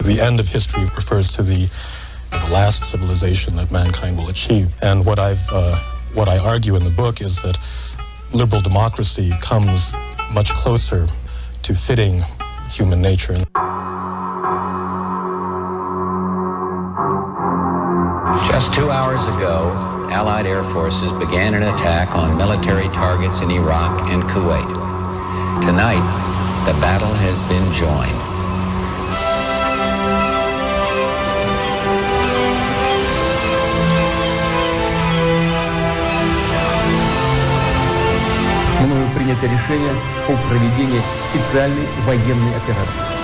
The end of history refers to the last civilization that mankind will achieve. And what I argue in the book is that liberal democracy comes much closer to fitting human nature. Just 2 hours ago, Allied air forces began an attack on military targets in Iraq and Kuwait. Tonight, the battle has been joined. Мною принято решение о проведении специальной военной операции.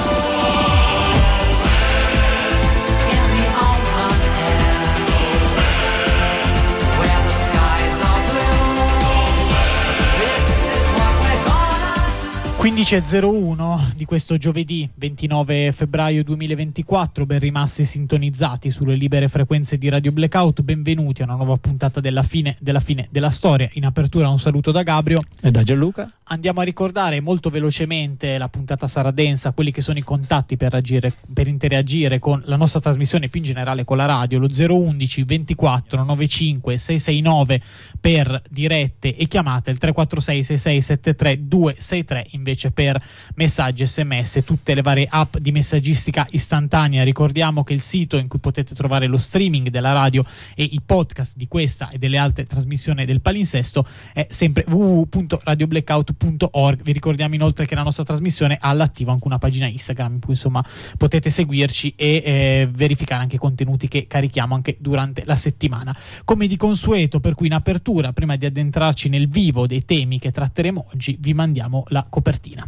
(15:01) di questo giovedì 29 febbraio 2024, ben rimasti sintonizzati sulle libere frequenze di Radio Blackout. Benvenuti a una nuova puntata della fine della storia. In apertura un saluto da Gabrio e da Gianluca. Andiamo a ricordare molto velocemente, la puntata sarà densa, quelli che sono i contatti per interagire con la nostra trasmissione, più in generale con la radio: lo 011 24 95 669 per dirette e chiamate, il 346 66 73 263 invece per messaggi, sms, tutte le varie app di messaggistica istantanea. Ricordiamo che il sito in cui potete trovare lo streaming della radio e i podcast di questa e delle altre trasmissioni del palinsesto è sempre www.radioblackout.org. Vi ricordiamo inoltre che la nostra trasmissione ha all'attivo anche una pagina Instagram in cui insomma potete seguirci e verificare anche contenuti che carichiamo anche durante la settimana, come di consueto. Per cui in apertura, prima di addentrarci nel vivo dei temi che tratteremo oggi, vi mandiamo la copertina.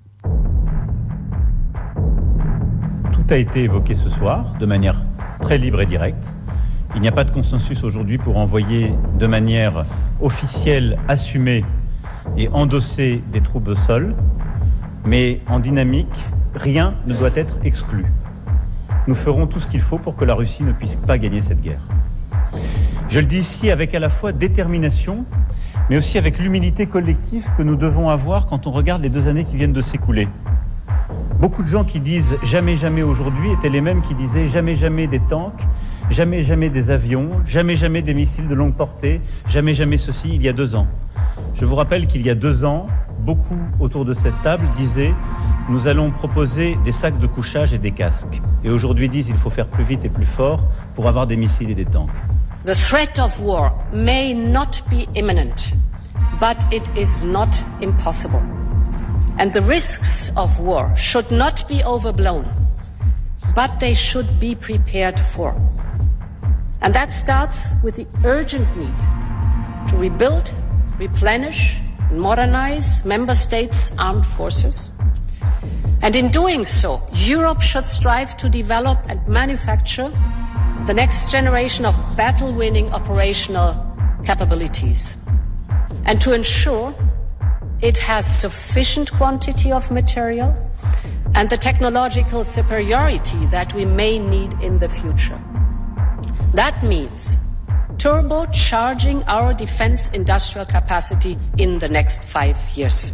Tout a été évoqué ce soir de manière très libre et directe. Il n'y a pas de consensus aujourd'hui pour envoyer de manière officielle, assumée et endosser des troupes au sol, mais en dynamique, rien ne doit être exclu. Nous ferons tout ce qu'il faut pour que la Russie ne puisse pas gagner cette guerre. Je le dis ici avec à la fois détermination, mais aussi avec l'humilité collective que nous devons avoir quand on regarde les 2 années qui viennent de s'écouler. Beaucoup de gens qui disent « jamais, jamais aujourd'hui » étaient les mêmes qui disaient « jamais, jamais des tanks », « jamais, jamais des avions », « jamais, jamais des missiles de longue portée », « jamais, jamais ceci » il y a 2 ans. Je vous rappelle qu'il y a 2 ans, beaucoup autour de cette table disaient « nous allons proposer des sacs de couchage et des casques ». Et aujourd'hui disent « il faut faire plus vite et plus fort pour avoir des missiles et des tanks ». The threat of war may not be imminent, but it is not impossible. And the risks of war should not be overblown, but they should be prepared for. And that starts with the urgent need to rebuild, replenish, and modernize member states' armed forces. And in doing so, Europe should strive to develop and manufacture the next generation of battle-winning operational capabilities, and to ensure it has sufficient quantity of material and the technological superiority that we may need in the future. That means turbocharging our defense industrial capacity in the next 5 years.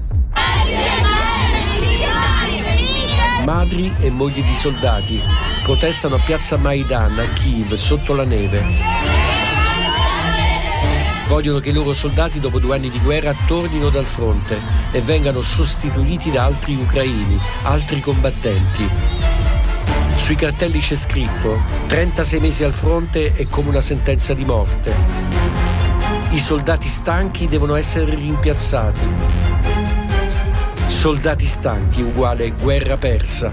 Madri e mogli di soldati protestano a piazza Maidan a Kiev sotto la neve. Vogliono che i loro soldati dopo 2 anni di guerra tornino dal fronte e vengano sostituiti da altri ucraini, altri combattenti. Sui cartelli c'è scritto: 36 mesi al fronte è come una sentenza di morte. I soldati stanchi devono essere rimpiazzati. Soldati stanchi uguale guerra persa.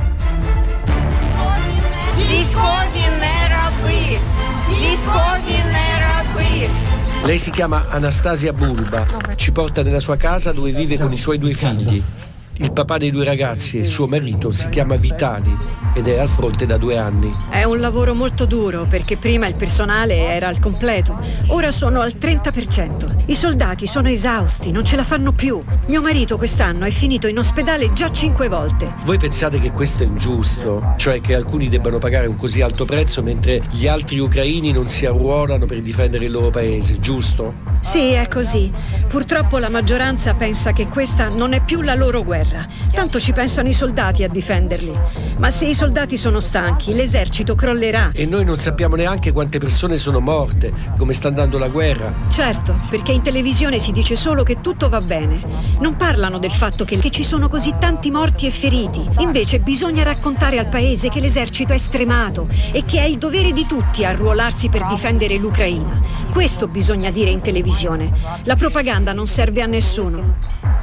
Lei si chiama Anastasia Bulba, ci porta nella sua casa dove vive con i suoi 2 figli. Il papà dei 2 ragazzi e il suo marito si chiama Vitali ed è al fronte da 2 anni. È un lavoro molto duro perché prima il personale era al completo, ora sono al 30%. I soldati sono esausti, non ce la fanno più. Mio marito quest'anno è finito in ospedale già 5 volte. Voi pensate che questo è ingiusto? Cioè che alcuni debbano pagare un così alto prezzo mentre gli altri ucraini non si arruolano per difendere il loro paese, giusto? Sì, è così. Purtroppo la maggioranza pensa che questa non è più la loro guerra. Tanto ci pensano i soldati a difenderli. Ma se i soldati sono stanchi, l'esercito crollerà. E noi non sappiamo neanche quante persone sono morte, come sta andando la guerra. Certo, perché in televisione si dice solo che tutto va bene. Non parlano del fatto che ci sono così tanti morti e feriti. Invece bisogna raccontare al paese che l'esercito è stremato e che è il dovere di tutti arruolarsi per difendere l'Ucraina. Questo bisogna dire in televisione. La propaganda non serve a nessuno.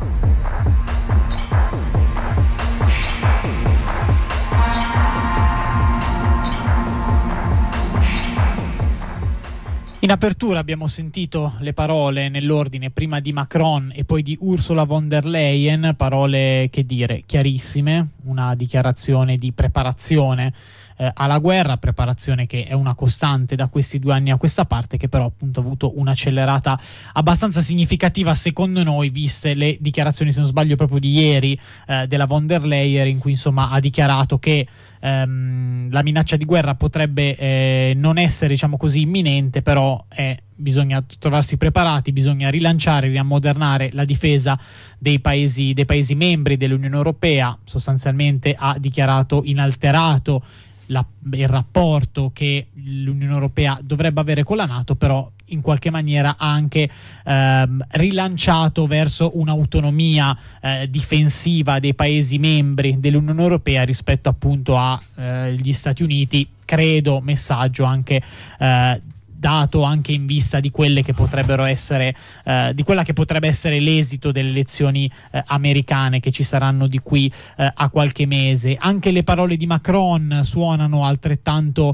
In apertura abbiamo sentito le parole nell'ordine prima di Macron e poi di Ursula von der Leyen, parole che dire chiarissime, una dichiarazione di preparazione alla guerra, preparazione che è una costante da questi 2 anni a questa parte, che però appunto ha avuto un'accelerata abbastanza significativa secondo noi, viste le dichiarazioni, se non sbaglio proprio di ieri, della von der Leyen, in cui insomma ha dichiarato che la minaccia di guerra potrebbe non essere, diciamo così, imminente, però bisogna trovarsi preparati, bisogna rilanciare, riammodernare la difesa dei paesi membri dell'Unione Europea. Sostanzialmente ha dichiarato inalterato il rapporto che l'Unione Europea dovrebbe avere con la NATO, però in qualche maniera ha anche rilanciato verso un'autonomia difensiva dei paesi membri dell'Unione Europea rispetto appunto agli Stati Uniti. Credo messaggio anche dato anche in vista di quelle che potrebbero essere di quella che potrebbe essere l'esito delle elezioni americane che ci saranno di qui a qualche mese. Anche le parole di Macron suonano altrettanto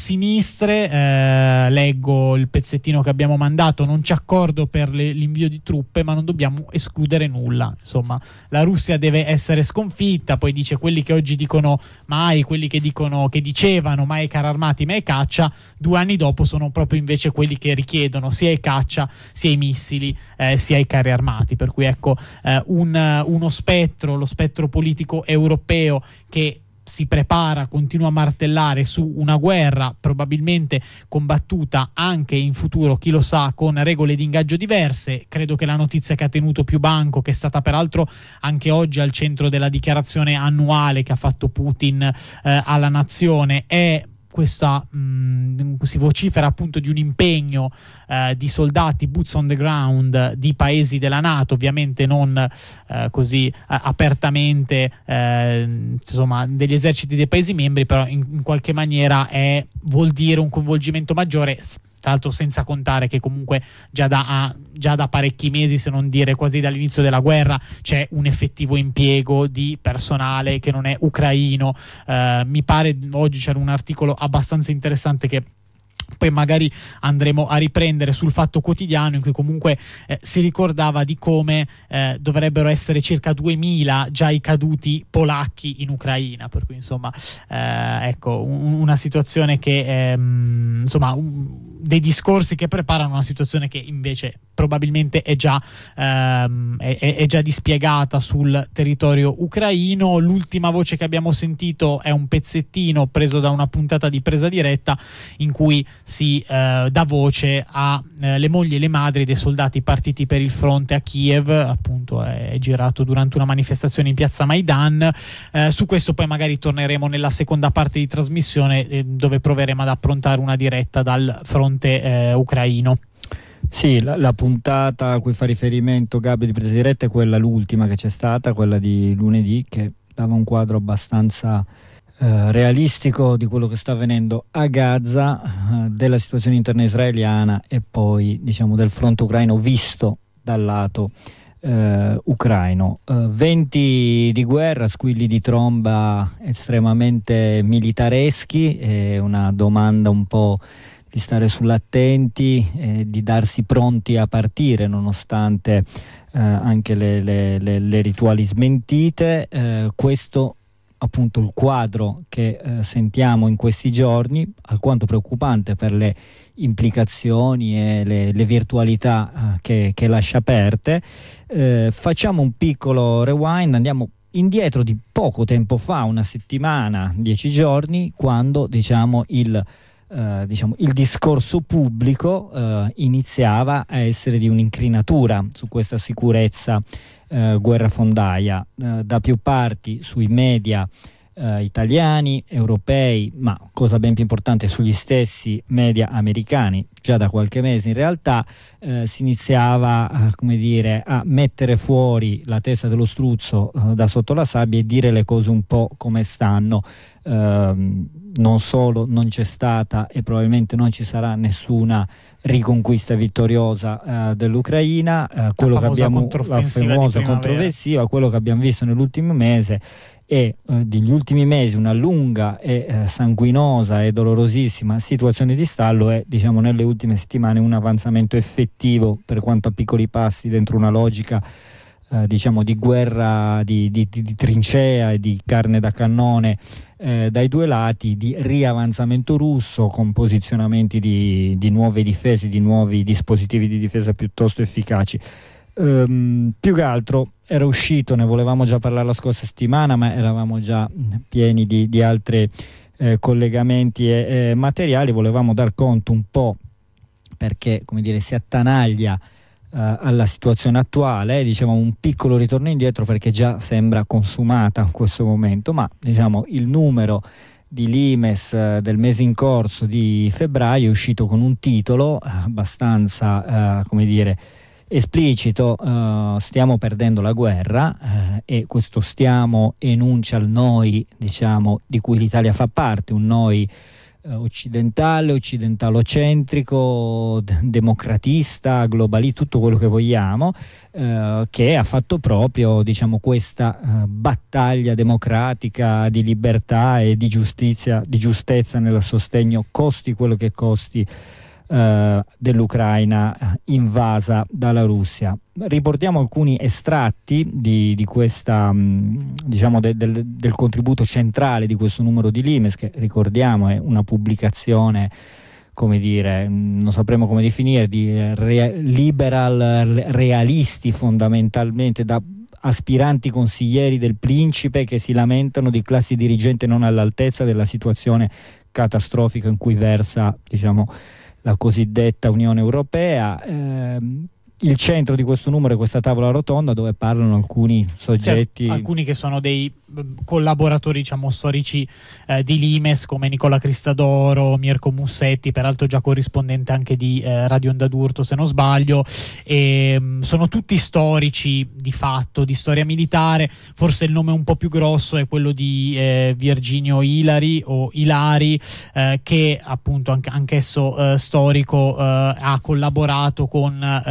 sinistre. Leggo il pezzettino che abbiamo mandato: non c'è accordo per l'invio di truppe, ma non dobbiamo escludere nulla. Insomma, la Russia deve essere sconfitta. Poi dice: quelli che oggi dicono mai, quelli che dicevano mai ai carri armati, mai ai caccia, 2 anni dopo sono proprio invece quelli che richiedono sia i caccia, sia i missili, sia i carri armati. Per cui ecco lo spettro politico europeo che si prepara, continua a martellare su una guerra probabilmente combattuta anche in futuro, chi lo sa, con regole di ingaggio diverse. Credo che la notizia che ha tenuto più banco, che è stata peraltro anche oggi al centro della dichiarazione annuale che ha fatto Putin alla nazione, è questa si vocifera appunto di un impegno di soldati boots on the ground di paesi della NATO, ovviamente non così apertamente insomma degli eserciti dei paesi membri, però in qualche maniera vuol dire un coinvolgimento maggiore. Tra l'altro senza contare che comunque già da parecchi mesi, se non dire quasi dall'inizio della guerra, c'è un effettivo impiego di personale che non è ucraino. Mi pare oggi c'era un articolo abbastanza interessante che poi magari andremo a riprendere sul Fatto Quotidiano, in cui comunque si ricordava di come dovrebbero essere circa 2000 già i caduti polacchi in Ucraina, per cui insomma ecco una situazione che insomma dei discorsi che preparano una situazione che invece probabilmente è già dispiegata sul territorio ucraino. L'ultima voce che abbiamo sentito è un pezzettino preso da una puntata di Presa Diretta, in cui si dà voce alle mogli e le madri dei soldati partiti per il fronte a Kiev. Appunto è girato durante una manifestazione in piazza Maidan. Su questo poi magari torneremo nella seconda parte di trasmissione, dove proveremo ad approntare una diretta dal fronte ucraino. Sì, la puntata a cui fa riferimento Gabi di Presa Diretta è l'ultima che c'è stata, quella di lunedì, che dava un quadro abbastanza realistico di quello che sta avvenendo a Gaza, della situazione interna israeliana e poi diciamo del fronte ucraino visto dal lato ucraino. Venti di guerra, squilli di tromba estremamente militareschi, una domanda un po' di stare sull'attenti, di darsi pronti a partire nonostante anche le rituali smentite. Questo appunto il quadro che sentiamo in questi giorni, alquanto preoccupante per le implicazioni e le virtualità che lascia aperte. Facciamo un piccolo rewind, andiamo indietro di poco tempo fa, una settimana, 10 giorni, quando diciamo il diciamo, il discorso pubblico iniziava a essere di un'incrinatura su questa sicurezza guerrafondaia da più parti, sui media italiani, europei, ma cosa ben più importante sugli stessi media americani. Già da qualche mese in realtà si iniziava come dire, a mettere fuori la testa dello struzzo da sotto la sabbia e dire le cose un po' come stanno. Non solo non c'è stata e probabilmente non ci sarà nessuna riconquista vittoriosa dell'Ucraina, quello che abbiamo, la famosa controffensiva, quello che abbiamo visto nell'ultimo mese e degli ultimi mesi una lunga e sanguinosa e dolorosissima situazione di stallo e, diciamo, nelle ultime settimane un avanzamento effettivo, per quanto a piccoli passi, dentro una logica diciamo di guerra di trincea e di carne da cannone dai due lati, di riavanzamento russo con posizionamenti di nuove difese, di nuovi dispositivi di difesa piuttosto efficaci. Più che altro era uscito, ne volevamo già parlare la scorsa settimana, ma eravamo già pieni di altri collegamenti e materiali. Volevamo dar conto un po', perché come dire si attanaglia alla situazione attuale, diciamo un piccolo ritorno indietro perché già sembra consumata in questo momento, ma diciamo il numero di Limes del mese in corso di febbraio è uscito con un titolo abbastanza come dire esplicito: stiamo perdendo la guerra, e questo stiamo enuncia il noi, diciamo, di cui l'Italia fa parte, un noi occidentale, occidentalocentrico, democratista, globalista, tutto quello che vogliamo, che ha fatto proprio, diciamo, questa battaglia democratica di libertà e di giustizia, di giustezza nel sostegno, costi quello che costi, dell'Ucraina invasa dalla Russia. Riportiamo alcuni estratti di questa, diciamo, del contributo centrale di questo numero di Limes, che ricordiamo è una pubblicazione, come dire, non sapremo come definire, di liberal realisti fondamentalmente, da aspiranti consiglieri del principe che si lamentano di classi dirigenti non all'altezza della situazione catastrofica in cui versa, diciamo, la cosiddetta Unione Europea. Il centro di questo numero è questa tavola rotonda dove parlano alcuni soggetti, alcuni che sono dei collaboratori, diciamo, storici di Limes, come Nicola Cristadoro, Mirko Mussetti, peraltro già corrispondente anche di Radio Onda d'Urto se non sbaglio, e sono tutti storici di fatto, di storia militare. Forse il nome un po' più grosso è quello di Virginio Ilari o Ilari, che appunto anch'esso storico, ha collaborato con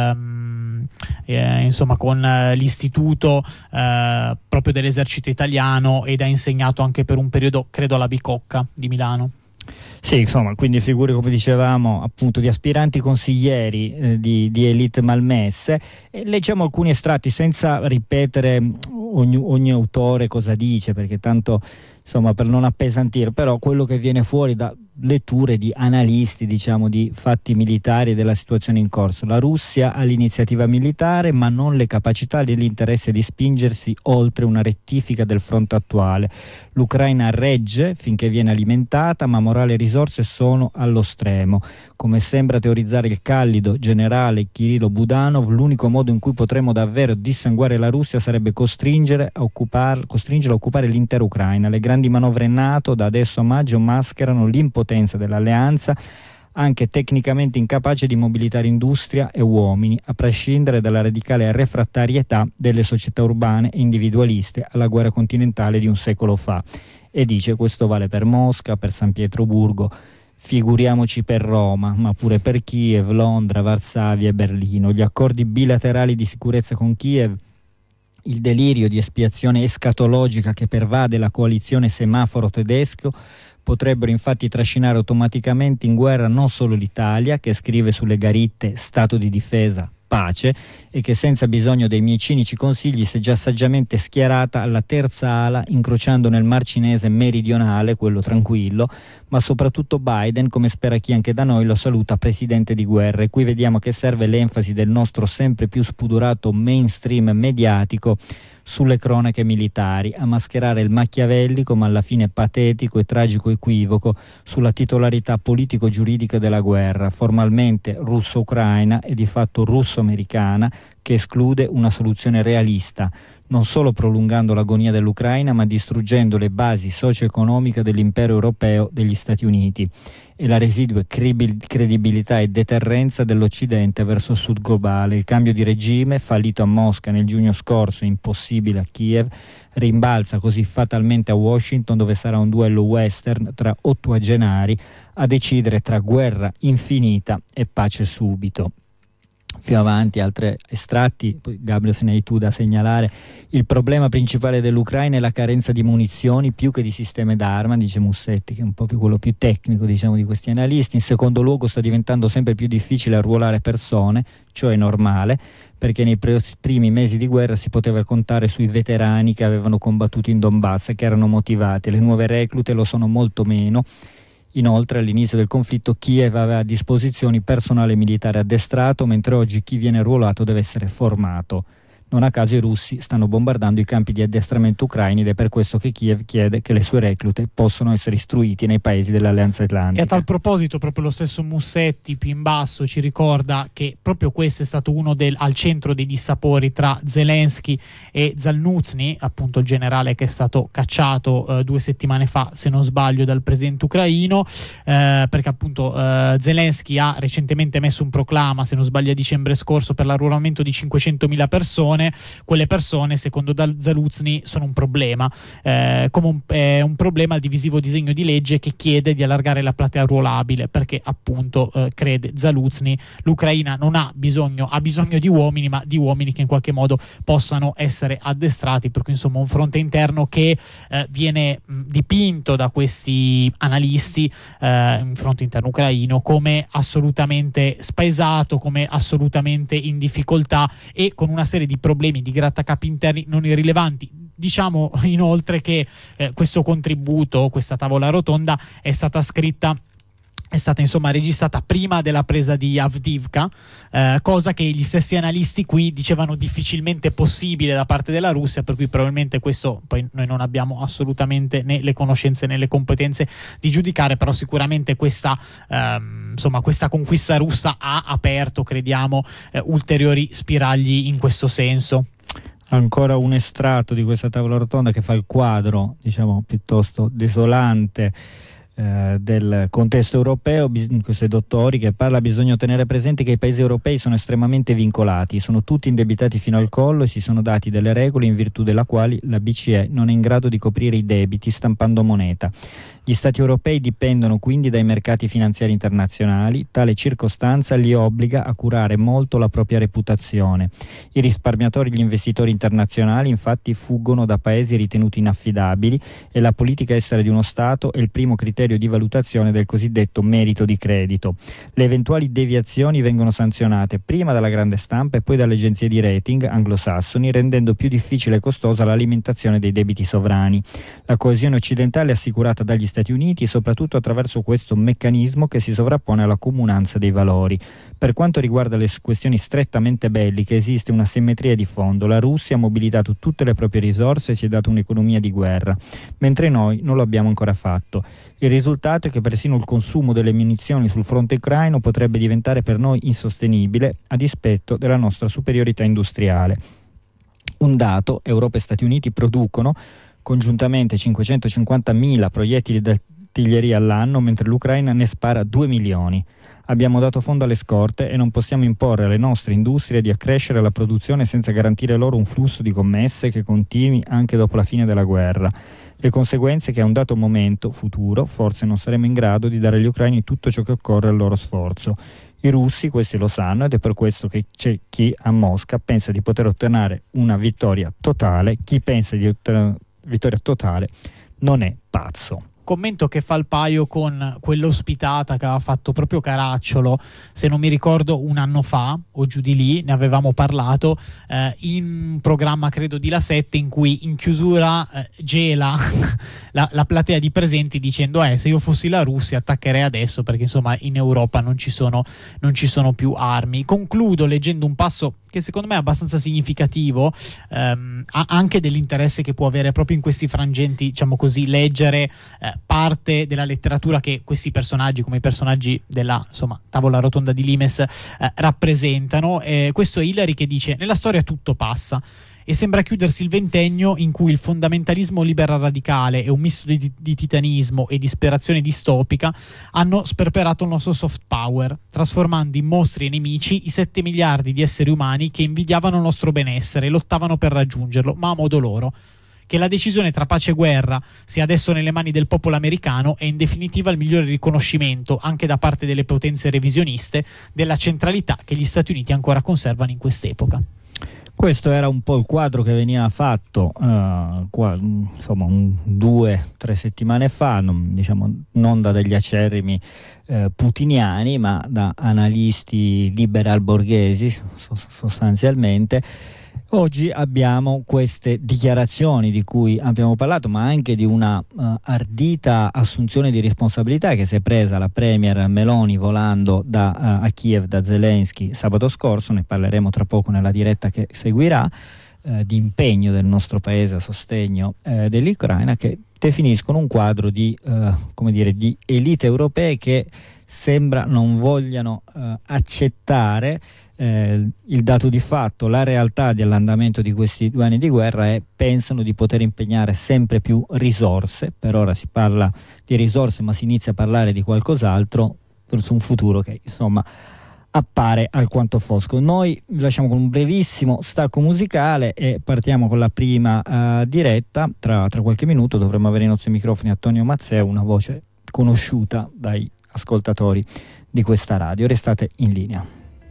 insomma con l'istituto proprio dell'esercito italiano, ed ha insegnato anche per un periodo, credo, alla Bicocca di Milano. Sì, insomma, quindi figure, come dicevamo, appunto di aspiranti consiglieri di elite malmesse. E leggiamo alcuni estratti senza ripetere ogni autore cosa dice, perché tanto, insomma, per non appesantire, però quello che viene fuori da letture di analisti, diciamo, di fatti militari e della situazione in corso: la Russia ha l'iniziativa militare ma non le capacità né l'interesse di spingersi oltre una rettifica del fronte attuale. L'Ucraina regge finché viene alimentata, ma morale e risorse sono allo stremo. Come sembra teorizzare il callido generale Kirilo Budanov, l'unico modo in cui potremo davvero dissanguare la Russia sarebbe costringerla a occupare l'intera Ucraina. Le grandi manovre NATO da adesso a maggio mascherano l'impotenza dell'alleanza, anche tecnicamente incapace di mobilitare industria e uomini, a prescindere dalla radicale refrattarietà delle società urbane e individualiste alla guerra continentale di un secolo fa. E dice: questo vale per Mosca, per San Pietroburgo, figuriamoci per Roma, ma pure per Kiev, Londra, Varsavia e Berlino. Gli accordi bilaterali di sicurezza con Kiev, il delirio di espiazione escatologica che pervade la coalizione semaforo tedesco, potrebbero infatti trascinare automaticamente in guerra non solo l'Italia, che scrive sulle garitte stato di difesa, pace, e che senza bisogno dei miei cinici consigli si è già saggiamente schierata alla terza ala, incrociando nel Mar Cinese meridionale, quello tranquillo, ma soprattutto Biden, come spera chi anche da noi lo saluta presidente di guerra. E qui vediamo che serve l'enfasi del nostro sempre più spudorato mainstream mediatico sulle cronache militari, a mascherare il machiavellico ma alla fine patetico e tragico equivoco sulla titolarità politico-giuridica della guerra, formalmente russo-ucraina e di fatto russo-americana, che esclude una soluzione realista, non solo prolungando l'agonia dell'Ucraina ma distruggendo le basi socio-economiche dell'impero europeo degli Stati Uniti e la residua credibilità e deterrenza dell'Occidente verso il sud globale. Il cambio di regime, fallito a Mosca nel giugno scorso, impossibile a Kiev, rimbalza così fatalmente a Washington, dove sarà un duello western tra ottuagenari a decidere tra guerra infinita e pace subito. Più avanti altri estratti, poi Gabriel se ne hai tu da segnalare. Il problema principale dell'Ucraina è la carenza di munizioni più che di sistemi d'arma, dice Mussetti, che è un po' più quello più tecnico, diciamo, di questi analisti. In secondo luogo sta diventando sempre più difficile arruolare persone, cioè normale, perché nei primi mesi di guerra si poteva contare sui veterani che avevano combattuto in Donbass e che erano motivati. Le nuove reclute lo sono molto meno. Inoltre, all'inizio del conflitto Kiev aveva a disposizione personale militare addestrato, mentre oggi chi viene arruolato deve essere formato. Non a caso i russi stanno bombardando i campi di addestramento ucraini ed è per questo che Kiev chiede che le sue reclute possano essere istruiti nei paesi dell'Alleanza Atlantica. E a tal proposito proprio lo stesso Mussetti più in basso ci ricorda che proprio questo è stato uno al centro dei dissapori tra Zelensky e Zaluzhny, appunto il generale che è stato cacciato 2 settimane fa, se non sbaglio, dal presidente ucraino, perché appunto Zelensky ha recentemente messo un proclama, se non sbaglio a dicembre scorso, per l'arruolamento di 500.000 persone. Quelle persone, secondo Zaluzhny, sono un problema, come un problema al divisivo disegno di legge che chiede di allargare la platea arruolabile, perché appunto crede Zaluzhny l'Ucraina non ha bisogno di uomini, ma di uomini che in qualche modo possano essere addestrati, per cui insomma un fronte interno che viene dipinto da questi analisti, un fronte interno ucraino, come assolutamente spaesato, come assolutamente in difficoltà e con una serie di problemi di grattacapi interni non irrilevanti. Diciamo inoltre che questo contributo, questa tavola rotonda è stata insomma registrata prima della presa di Avdiivka, cosa che gli stessi analisti qui dicevano difficilmente possibile da parte della Russia, per cui probabilmente questo poi noi non abbiamo assolutamente né le conoscenze né le competenze di giudicare, però sicuramente questa conquista russa ha aperto, crediamo, ulteriori spiragli in questo senso. Ancora un estratto di questa tavola rotonda che fa il quadro, diciamo, piuttosto desolante del contesto europeo. Questi dottori che parla: bisogna tenere presente che i paesi europei sono estremamente vincolati, sono tutti indebitati fino al collo e si sono dati delle regole in virtù della quali la BCE non è in grado di coprire i debiti stampando moneta. Gli Stati europei dipendono quindi dai mercati finanziari internazionali. Tale circostanza li obbliga a curare molto la propria reputazione. I risparmiatori e gli investitori internazionali infatti fuggono da paesi ritenuti inaffidabili e la politica estera di uno Stato è il primo criterio di valutazione del cosiddetto merito di credito. Le eventuali deviazioni vengono sanzionate prima dalla grande stampa e poi dalle agenzie di rating anglosassoni, rendendo più difficile e costosa l'alimentazione dei debiti sovrani. La coesione occidentale è assicurata dagli Stati Uniti soprattutto attraverso questo meccanismo che si sovrappone alla comunanza dei valori. Per quanto riguarda le questioni strettamente belliche esiste una simmetria di fondo. La Russia ha mobilitato tutte le proprie risorse e si è data un'economia di guerra, mentre noi non lo abbiamo ancora fatto. Il risultato è che persino il consumo delle munizioni sul fronte ucraino potrebbe diventare per noi insostenibile a dispetto della nostra superiorità industriale. Un dato: Europa e Stati Uniti producono congiuntamente 550.000 proiettili d'artiglieria all'anno, mentre l'Ucraina ne spara 2 milioni. Abbiamo dato fondo alle scorte e non possiamo imporre alle nostre industrie di accrescere la produzione senza garantire loro un flusso di commesse che continui anche dopo la fine della guerra. Le conseguenze è che a un dato momento futuro forse non saremo in grado di dare agli ucraini tutto ciò che occorre al loro sforzo. I russi questi lo sanno ed è per questo che c'è chi a Mosca pensa di poter ottenere una vittoria totale. Chi pensa di ottenere vittoria totale non è pazzo. commento che fa il paio con quell'ospitata che aveva fatto proprio Caracciolo, se non mi ricordo un anno fa o giù di lì, ne avevamo parlato in un programma credo di La 7, in cui in chiusura gela la platea di presenti dicendo se io fossi la Russia attaccherei adesso, perché insomma in Europa non ci sono più armi. Concludo leggendo un passo che secondo me è abbastanza significativo, anche dell'interesse che può avere proprio in questi frangenti, diciamo così, leggere parte della letteratura che questi personaggi, come i personaggi della tavola rotonda di Limes, rappresentano. Questo è Hillary che dice: nella storia tutto passa e sembra chiudersi il ventennio in cui il fondamentalismo liberal-radicale e un misto di titanismo e disperazione distopica hanno sperperato il nostro soft power, trasformando in mostri e nemici i 7 miliardi di esseri umani che invidiavano il nostro benessere e lottavano per raggiungerlo, ma a modo loro. Che la decisione tra pace e guerra sia adesso nelle mani del popolo americano è in definitiva il migliore riconoscimento, anche da parte delle potenze revisioniste, della centralità che gli Stati Uniti ancora conservano in quest'epoca. Questo era un po' il quadro che veniva fatto 2-3 settimane fa, non da degli acerrimi putiniani, ma da analisti liberal borghesi sostanzialmente. Oggi abbiamo queste dichiarazioni di cui abbiamo parlato, ma anche di una ardita assunzione di responsabilità che si è presa la premier Meloni volando a Kiev da Zelensky sabato scorso. Ne parleremo tra poco nella diretta che seguirà, di impegno del nostro paese a sostegno dell'Ucraina, che definiscono un quadro di elite europee che sembra non vogliano accettare il dato di fatto, la realtà dell'andamento di questi 2 anni di guerra, e pensano di poter impegnare sempre più risorse. Per ora si parla di risorse, ma si inizia a parlare di qualcos'altro, verso un futuro che appare alquanto fosco. Noi vi lasciamo con un brevissimo stacco musicale e partiamo con la prima diretta. Tra qualche minuto dovremo avere ai nostri microfoni Antonio Mazzeo, una voce conosciuta dai ascoltatori di questa radio. Restate in linea.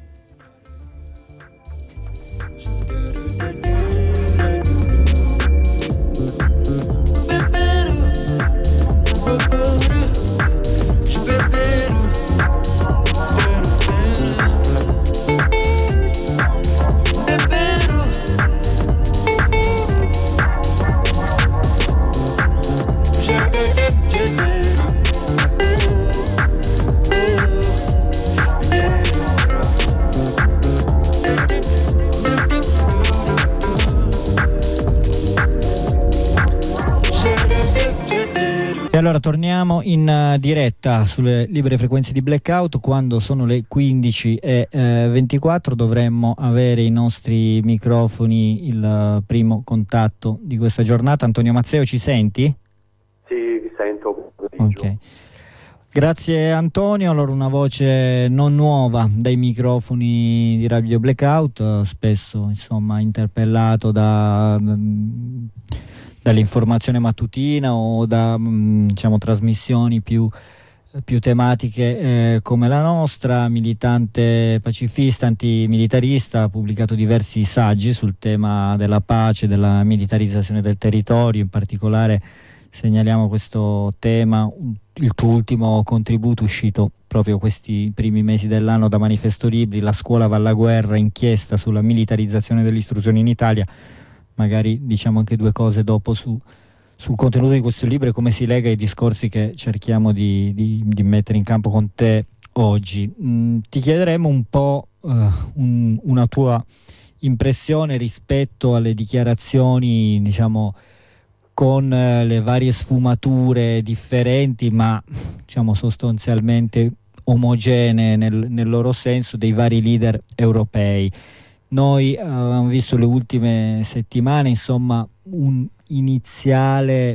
E allora torniamo in diretta sulle libere frequenze di Blackout. Quando sono le 15:24 dovremmo avere i nostri microfoni il primo contatto di questa giornata. Antonio Mazzeo, ci senti? Sì, vi sento. Ok. Grazie Antonio. Allora, una voce non nuova dai microfoni di Radio Blackout, spesso interpellato dall'informazione mattutina o da trasmissioni più tematiche come la nostra. Militante pacifista, antimilitarista, ha pubblicato diversi saggi sul tema della pace, della militarizzazione del territorio. In particolare segnaliamo questo tema, il tuo ultimo contributo uscito proprio questi primi mesi dell'anno da Manifesto Libri, La scuola va alla guerra, inchiesta sulla militarizzazione dell'istruzione in Italia. Magari diciamo anche due cose dopo sul contenuto di questo libro e come si lega ai discorsi che cerchiamo di mettere in campo con te oggi. Ti chiederemo un po' una tua impressione rispetto alle dichiarazioni, con le varie sfumature differenti, ma sostanzialmente omogenee nel loro senso, dei vari leader europei. Noi abbiamo visto le ultime settimane, un iniziale,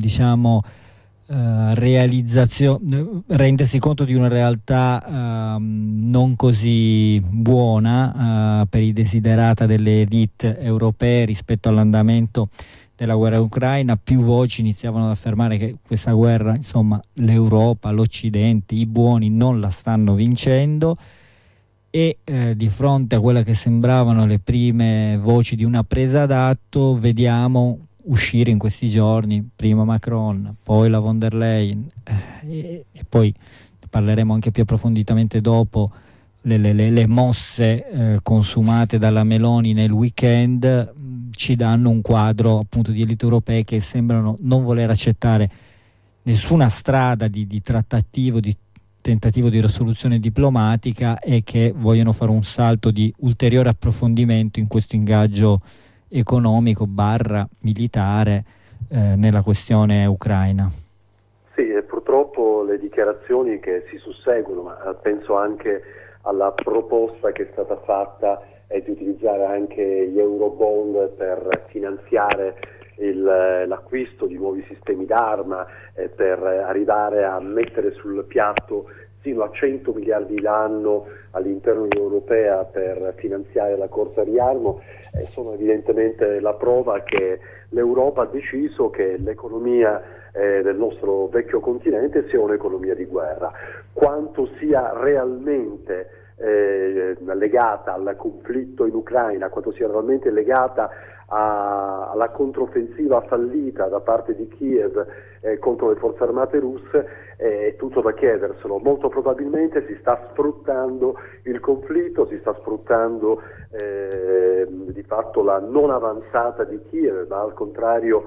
realizzazione, rendersi conto di una realtà non così buona per i desiderata delle elite europee rispetto all'andamento della guerra ucraina. Più voci iniziavano ad affermare che questa guerra, l'Europa, l'Occidente, i buoni non la stanno vincendo. E di fronte a quella che sembravano le prime voci di una presa d'atto, vediamo uscire in questi giorni, prima Macron, poi la von der Leyen, e poi parleremo anche più approfonditamente dopo, le mosse consumate dalla Meloni nel weekend, ci danno un quadro appunto di elite europee che sembrano non voler accettare nessuna strada di trattativo, di tentativo di risoluzione diplomatica, e che vogliono fare un salto di ulteriore approfondimento in questo ingaggio economico / militare nella questione ucraina. Sì, e purtroppo le dichiarazioni che si susseguono, ma penso anche alla proposta che è stata fatta di utilizzare anche gli eurobond per finanziare l'acquisto di nuovi sistemi d'arma, per arrivare a mettere sul piatto sino a 100 miliardi l'anno all'interno dell'Unione Europea per finanziare la corsa al riarmo, sono evidentemente la prova che l'Europa ha deciso che l'economia del nostro vecchio continente sia un'economia di guerra. Quanto sia realmente legata al conflitto in Ucraina, quanto sia realmente legata alla controffensiva fallita da parte di Kiev contro le forze armate russe, è tutto da chiederselo. Molto probabilmente si sta sfruttando il conflitto, si sta sfruttando di fatto la non avanzata di Kiev, ma al contrario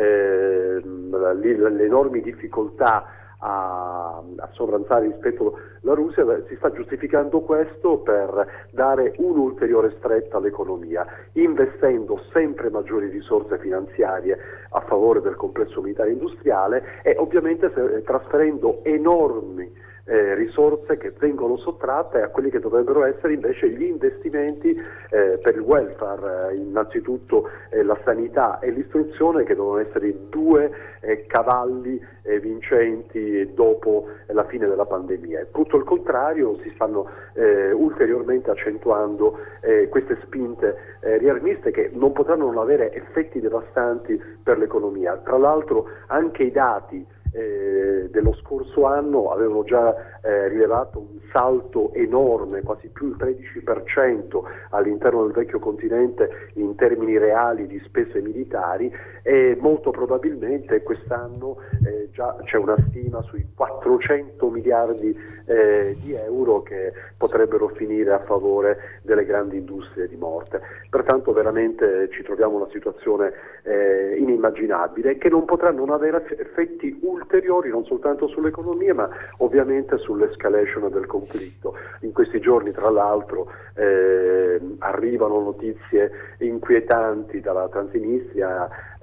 le enormi difficoltà a sovranzare rispetto alla Russia. Si sta giustificando questo per dare un'ulteriore stretta all'economia, investendo sempre maggiori risorse finanziarie a favore del complesso militare industriale e ovviamente trasferendo enormi risorse che vengono sottratte a quelli che dovrebbero essere invece gli investimenti per il welfare, innanzitutto la sanità e l'istruzione, che devono essere i due cavalli vincenti dopo la fine della pandemia. Tutto il contrario, si stanno ulteriormente accentuando queste spinte riarmiste che non potranno non avere effetti devastanti per l'economia. Tra l'altro anche i dati dello scorso anno avevano già rilevato un salto enorme, quasi più il 13% all'interno del vecchio continente in termini reali di spese militari, e molto probabilmente quest'anno già c'è una stima sui 400 miliardi di euro che potrebbero finire a favore delle grandi industrie di morte. Pertanto veramente ci troviamo in una situazione inimmaginabile, che non potrà non avere effetti ulteriori non soltanto sull'economia ma ovviamente sull'escalation del conflitto. In questi giorni tra l'altro arrivano notizie inquietanti dalla Transnistria,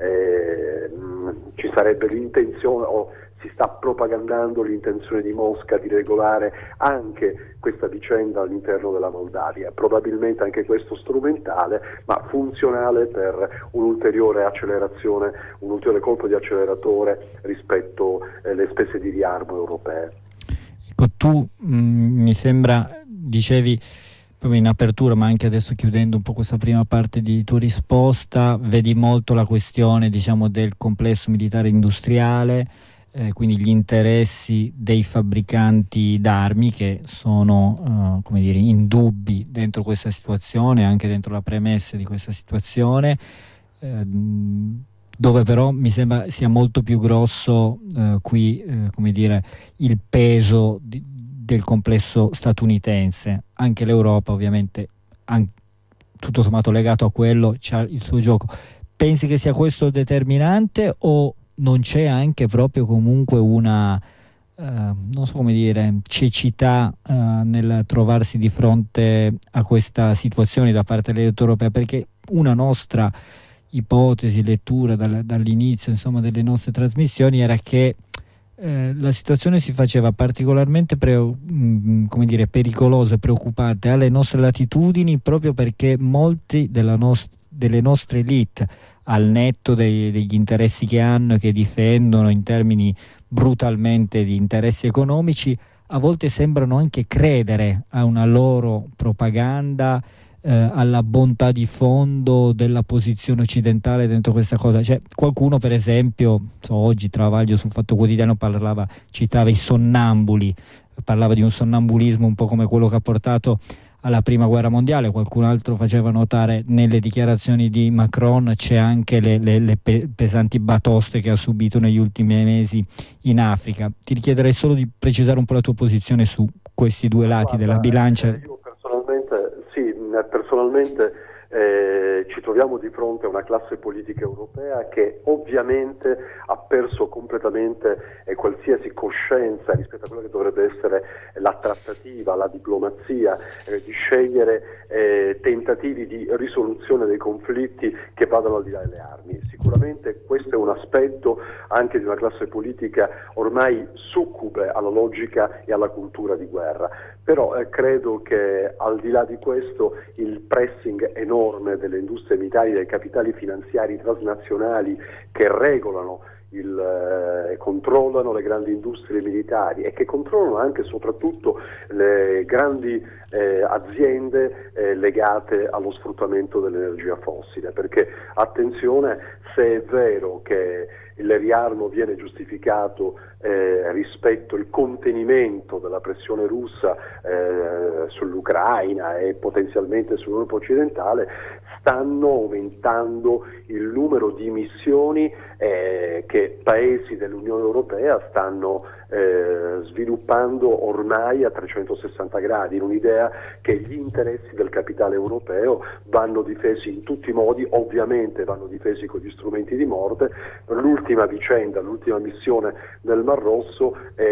ci sarebbe l'intenzione o si sta propagandando l'intenzione di Mosca di regolare anche questa vicenda all'interno della Moldavia, probabilmente anche questo strumentale ma funzionale per un'ulteriore accelerazione, un ulteriore colpo di acceleratore rispetto alle spese di riarmo europee. Ecco, tu mi sembra, dicevi proprio in apertura, ma anche adesso chiudendo un po' questa prima parte di tua risposta, vedi molto la questione, diciamo, del complesso militare industriale, quindi gli interessi dei fabbricanti d'armi che sono come dire, indubbi dentro questa situazione, anche dentro la premessa di questa situazione, dove però mi sembra sia molto più grosso qui come dire, il peso del complesso statunitense. Anche l'Europa ovviamente, tutto sommato legato a quello, c'ha il suo gioco. Pensi che sia questo determinante, o non c'è anche proprio comunque una non so come dire, cecità nel trovarsi di fronte a questa situazione da parte dell'Unione Europea? Perché una nostra ipotesi, lettura dall'inizio, insomma, delle nostre trasmissioni era che la situazione si faceva particolarmente come dire, pericolosa e preoccupante alle nostre latitudini, proprio perché molti delle nostre elite, al netto degli interessi che hanno e che difendono in termini brutalmente di interessi economici, a volte sembrano anche credere a una loro propaganda, alla bontà di fondo della posizione occidentale dentro questa cosa. Cioè, qualcuno, per esempio, oggi Travaglio sul Fatto Quotidiano citava i sonnambuli, parlava di un sonnambulismo un po' come quello che ha portato alla prima guerra mondiale. Qualcun altro faceva notare nelle dichiarazioni di Macron c'è anche le pesanti batoste che ha subito negli ultimi mesi in Africa. Ti richiederei solo di precisare un po' la tua posizione su questi due lati della bilancia. Io personalmente ci troviamo di fronte a una classe politica europea che ovviamente ha perso completamente qualsiasi coscienza rispetto a quella che dovrebbe essere la trattativa, la diplomazia, di scegliere tentativi di risoluzione dei conflitti che vadano al di là delle armi. Sicuramente questo è un aspetto anche di una classe politica ormai succube alla logica e alla cultura di guerra. Però credo che al di là di questo il pressing enorme delle industrie militari, dei capitali finanziari transnazionali che regolano e controllano le grandi industrie militari e che controllano anche e soprattutto le grandi aziende legate allo sfruttamento dell'energia fossile, perché attenzione, se è vero che il riarmo viene giustificato rispetto al contenimento della pressione russa sull'Ucraina e potenzialmente sull'Europa occidentale, stanno aumentando il numero di missioni che paesi dell'Unione Europea stanno sviluppando ormai a 360 gradi, in un'idea che gli interessi del capitale europeo vanno difesi in tutti i modi, ovviamente vanno difesi con gli strumenti di morte. L'ultima vicenda, l'ultima missione nel Mar Rosso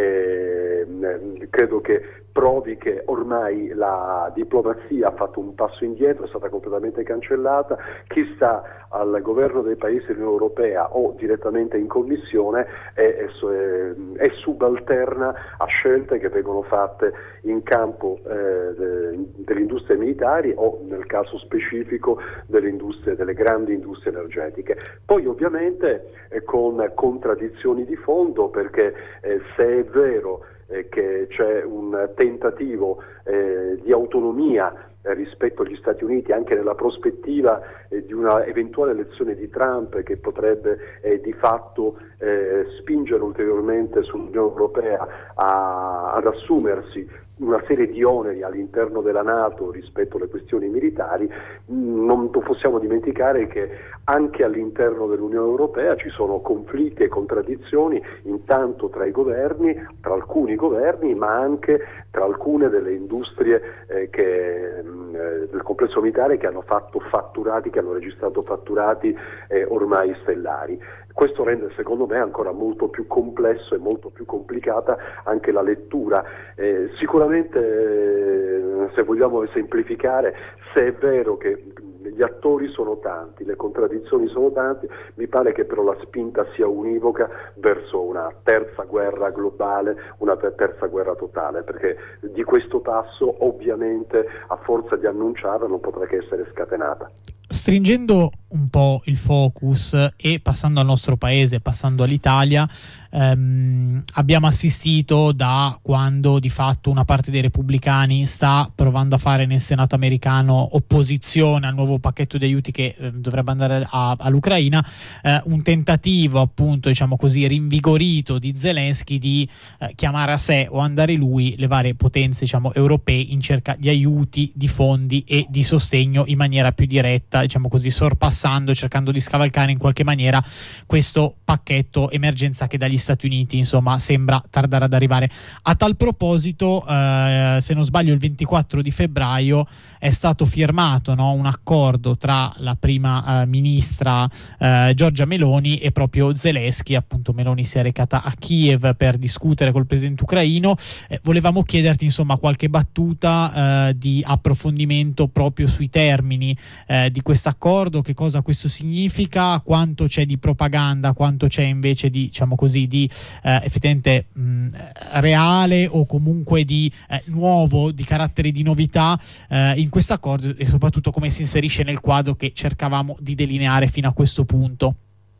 credo che provi che ormai la diplomazia ha fatto un passo indietro, è stata completamente cancellata. Chi sta al governo dei paesi dell'Unione Europea o direttamente in commissione è subalterna a scelte che vengono fatte in campo delle industrie militari o nel caso specifico delle grandi industrie energetiche. Poi ovviamente con contraddizioni di fondo, perché se è vero che c'è un tentativo di autonomia rispetto agli Stati Uniti anche nella prospettiva di una eventuale elezione di Trump che potrebbe di fatto spingere ulteriormente sull'Unione Europea ad assumersi una serie di oneri all'interno della NATO rispetto alle questioni militari. Non possiamo dimenticare che anche all'interno dell'Unione Europea ci sono conflitti e contraddizioni, intanto tra i governi, tra alcuni governi, ma anche tra alcune delle industrie del complesso militare che hanno fatto fatturati, che hanno registrato fatturati ormai stellari. Questo rende secondo me ancora molto più complesso e molto più complicata anche la lettura. Sicuramente, se vogliamo semplificare, se è vero che gli attori sono tanti, le contraddizioni sono tante, mi pare che però la spinta sia univoca verso una terza guerra globale, una terza guerra totale, perché di questo passo ovviamente a forza di annunciarla non potrà che essere scatenata. Stringendo un po' il focus e passando al nostro paese, passando all'Italia, abbiamo assistito da quando di fatto una parte dei repubblicani sta provando a fare nel Senato americano opposizione al nuovo pacchetto di aiuti che dovrebbe andare all'Ucraina, un tentativo appunto, diciamo così, rinvigorito di Zelensky di chiamare a sé o andare lui le varie potenze, diciamo, europee in cerca di aiuti, di fondi e di sostegno in maniera più diretta, diciamo così, sorpassando, cercando di scavalcare in qualche maniera questo pacchetto emergenza che dagli Stati Uniti insomma sembra tardare ad arrivare. A tal proposito, se non sbaglio il 24 di febbraio è stato firmato un accordo tra la prima ministra Giorgia Meloni e proprio Zelensky. Appunto Meloni si è recata a Kiev per discutere col presidente ucraino. Volevamo chiederti insomma qualche battuta di approfondimento proprio sui termini di questo accordo, che cosa questo significa, quanto c'è di propaganda, quanto c'è invece di, diciamo così, di effettivamente reale o comunque di nuovo, di carattere di novità in questo accordo, e soprattutto come si inserisce nel quadro che cercavamo di delineare fino a questo punto.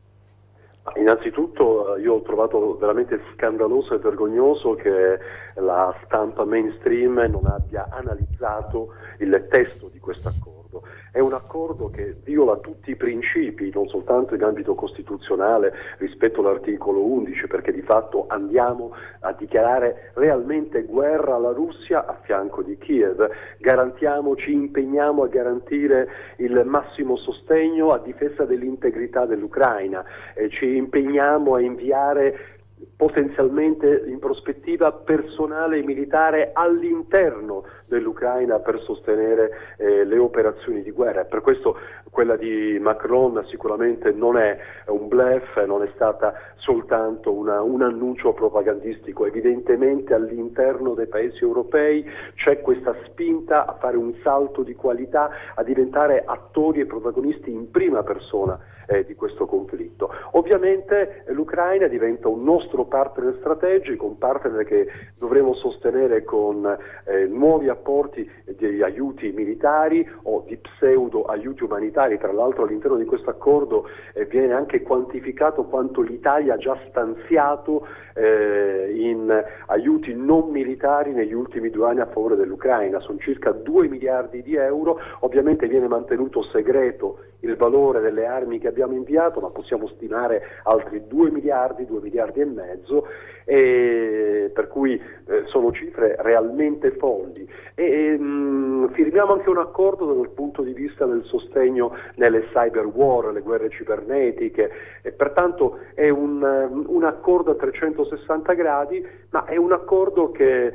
Innanzitutto io ho trovato veramente scandaloso e vergognoso che la stampa mainstream non abbia analizzato il testo di questo accordo. è un accordo che viola tutti i principi, non soltanto in ambito costituzionale rispetto all'articolo 11, perché di fatto andiamo a dichiarare realmente guerra alla Russia a fianco di Kiev, ci impegniamo a garantire il massimo sostegno a difesa dell'integrità dell'Ucraina, ci impegniamo a inviare potenzialmente in prospettiva personale militare all'interno dell'Ucraina per sostenere le operazioni di guerra. Per questo quella di Macron sicuramente non è un bluff, non è stata soltanto un annuncio propagandistico. Evidentemente all'interno dei paesi europei c'è questa spinta a fare un salto di qualità, a diventare attori e protagonisti in prima persona di questo conflitto. Ovviamente l'Ucraina diventa un nostro partner strategico, un partner che dovremo sostenere con nuovi apporti di aiuti militari o di pseudo aiuti umanitari. Tra l'altro all'interno di questo accordo viene anche quantificato quanto l'Italia ha già stanziato in aiuti non militari negli ultimi 2 anni a favore dell'Ucraina. Sono circa 2 miliardi di euro. Ovviamente viene mantenuto segreto il valore delle armi che abbiamo inviato, ma possiamo stimare altri 2 miliardi e mezzo, per cui sono cifre realmente folli. Firmiamo anche un accordo dal punto di vista del sostegno nelle cyber war, le guerre cibernetiche, e pertanto è un accordo a 360 gradi, ma è un accordo che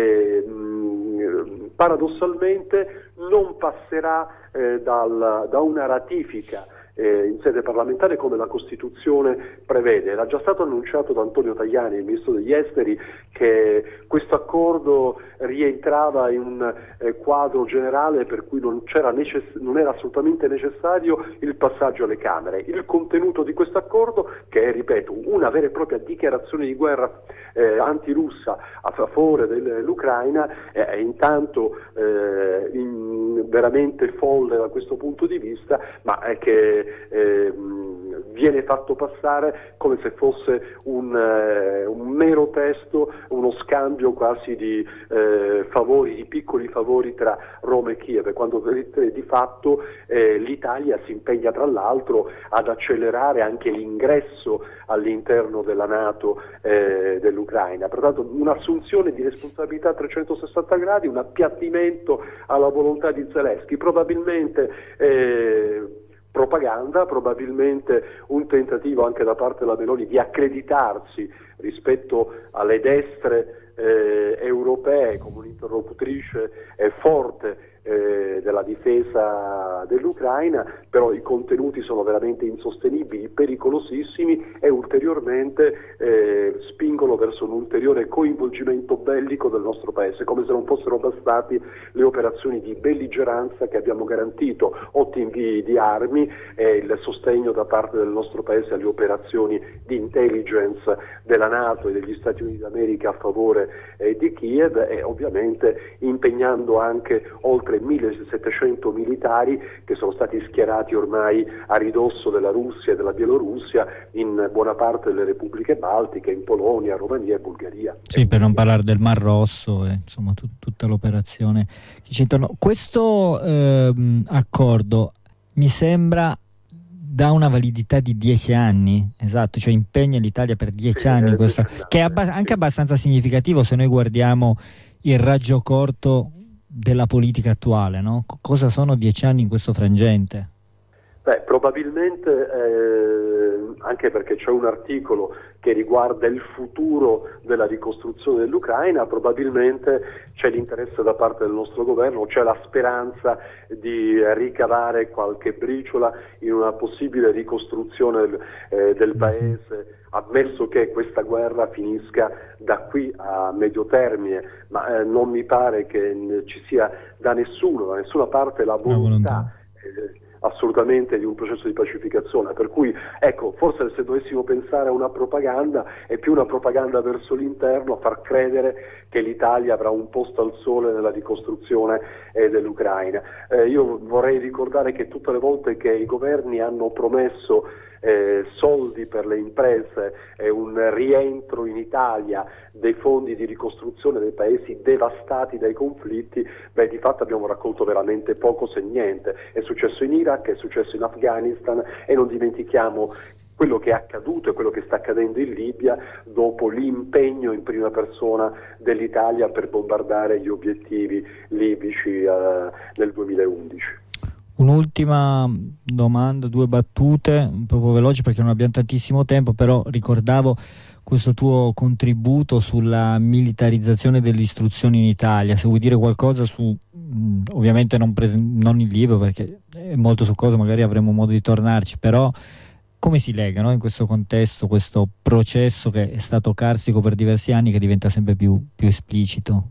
paradossalmente non passerà da una ratifica in sede parlamentare come la Costituzione prevede. Era già stato annunciato da Antonio Tajani, il Ministro degli Esteri, che questo accordo rientrava in un quadro generale per cui non era assolutamente necessario il passaggio alle Camere. Il contenuto di questo accordo, che è, ripeto, una vera e propria dichiarazione di guerra antirussa a favore dell'Ucraina, è intanto veramente folle da questo punto di vista, ma è che viene fatto passare come se fosse un mero testo, uno scambio quasi di favori, di piccoli favori tra Roma e Kiev, quando di fatto l'Italia si impegna tra l'altro ad accelerare anche l'ingresso all'interno della NATO dell'Ucraina. Pertanto un'assunzione di responsabilità a 360 gradi, un appiattimento alla volontà di Zelensky, probabilmente propaganda, probabilmente un tentativo anche da parte della Meloni di accreditarsi rispetto alle destre europee come un'interlocutrice forte della difesa dell'Ucraina, però i contenuti sono veramente insostenibili, pericolosissimi e ulteriormente spingono verso un ulteriore coinvolgimento bellico del nostro paese, come se non fossero bastati le operazioni di belligeranza che abbiamo garantito, 8 invii di armi e il sostegno da parte del nostro paese alle operazioni di intelligence della NATO e degli Stati Uniti d'America a favore di Kiev, e ovviamente impegnando anche oltre 1700 militari che sono stati schierati ormai a ridosso della Russia e della Bielorussia in buona parte delle repubbliche baltiche, in Polonia, Romania e Bulgaria. Sì, per non parlare del Mar Rosso e insomma tutta l'operazione che c'è intorno. Questo accordo mi sembra da una validità di 10 anni, esatto, cioè impegna l'Italia per 10 anni, questo, che è anche abbastanza significativo se noi guardiamo il raggio corto della politica attuale, no? Cosa sono 10 anni in questo frangente? Beh, probabilmente anche perché c'è un articolo che riguarda il futuro della ricostruzione dell'Ucraina, probabilmente c'è l'interesse da parte del nostro governo, c'è la speranza di ricavare qualche briciola in una possibile ricostruzione del paese, ammesso che questa guerra finisca da qui a medio termine, ma non mi pare che ci sia da nessuna parte la volontà assolutamente di un processo di pacificazione, per cui ecco, forse se dovessimo pensare a una propaganda è più una propaganda verso l'interno, a far credere che l'Italia avrà un posto al sole nella ricostruzione dell'Ucraina. Io vorrei ricordare che tutte le volte che i governi hanno promesso soldi per le imprese e un rientro in Italia dei fondi di ricostruzione dei paesi devastati dai conflitti, di fatto abbiamo raccolto veramente poco se niente. È successo in Iraq, è successo in Afghanistan e non dimentichiamo quello che è accaduto e quello che sta accadendo in Libia dopo l'impegno in prima persona dell'Italia per bombardare gli obiettivi libici nel 2011. Un'ultima domanda, 2 battute, proprio veloci perché non abbiamo tantissimo tempo, però ricordavo questo tuo contributo sulla militarizzazione dell'istruzione in Italia. Se vuoi dire qualcosa su, ovviamente non il libro perché è molto succoso, magari avremo modo di tornarci, però come si lega, no, in questo contesto, questo processo che è stato carsico per diversi anni, che diventa sempre più esplicito?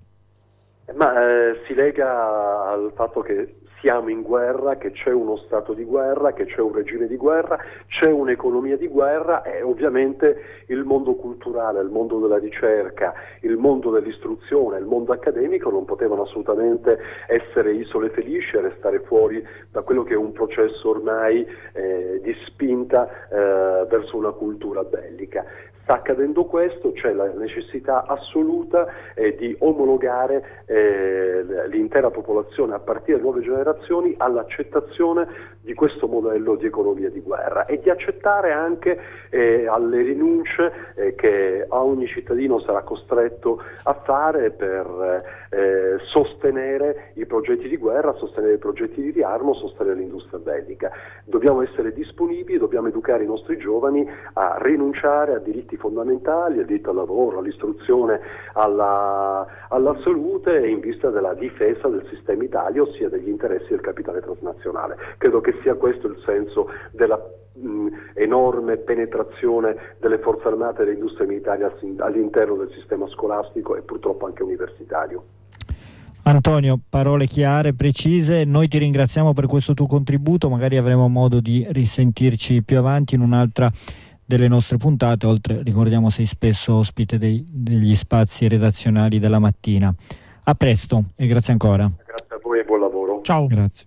Si lega al fatto che siamo in guerra, che c'è uno stato di guerra, che c'è un regime di guerra, c'è un'economia di guerra e ovviamente il mondo culturale, il mondo della ricerca, il mondo dell'istruzione, il mondo accademico non potevano assolutamente essere isole felici e restare fuori da quello che è un processo ormai di spinta verso una cultura bellica. Sta accadendo questo, c'è la necessità assoluta di omologare l'intera popolazione a partire da nuove generazioni all'accettazione di questo modello di economia di guerra e di accettare anche alle rinunce che ogni cittadino sarà costretto a fare per sostenere i progetti di guerra, sostenere i progetti di riarmo, sostenere l'industria bellica. Dobbiamo essere disponibili, dobbiamo educare i nostri giovani a rinunciare a diritti fondamentali, al diritto al lavoro, all'istruzione, alla salute in vista della difesa del sistema Italia, ossia degli interessi del capitale transnazionale. Credo che sia questo il senso della enorme penetrazione delle forze armate e dell'industria militare all'interno del sistema scolastico e purtroppo anche universitario. Antonio, parole chiare, precise, noi ti ringraziamo per questo tuo contributo, magari avremo modo di risentirci più avanti in un'altra delle nostre puntate, oltre, ricordiamo, sei spesso ospite degli spazi redazionali della mattina. A presto e grazie ancora. Grazie a voi e buon lavoro. Ciao. Grazie.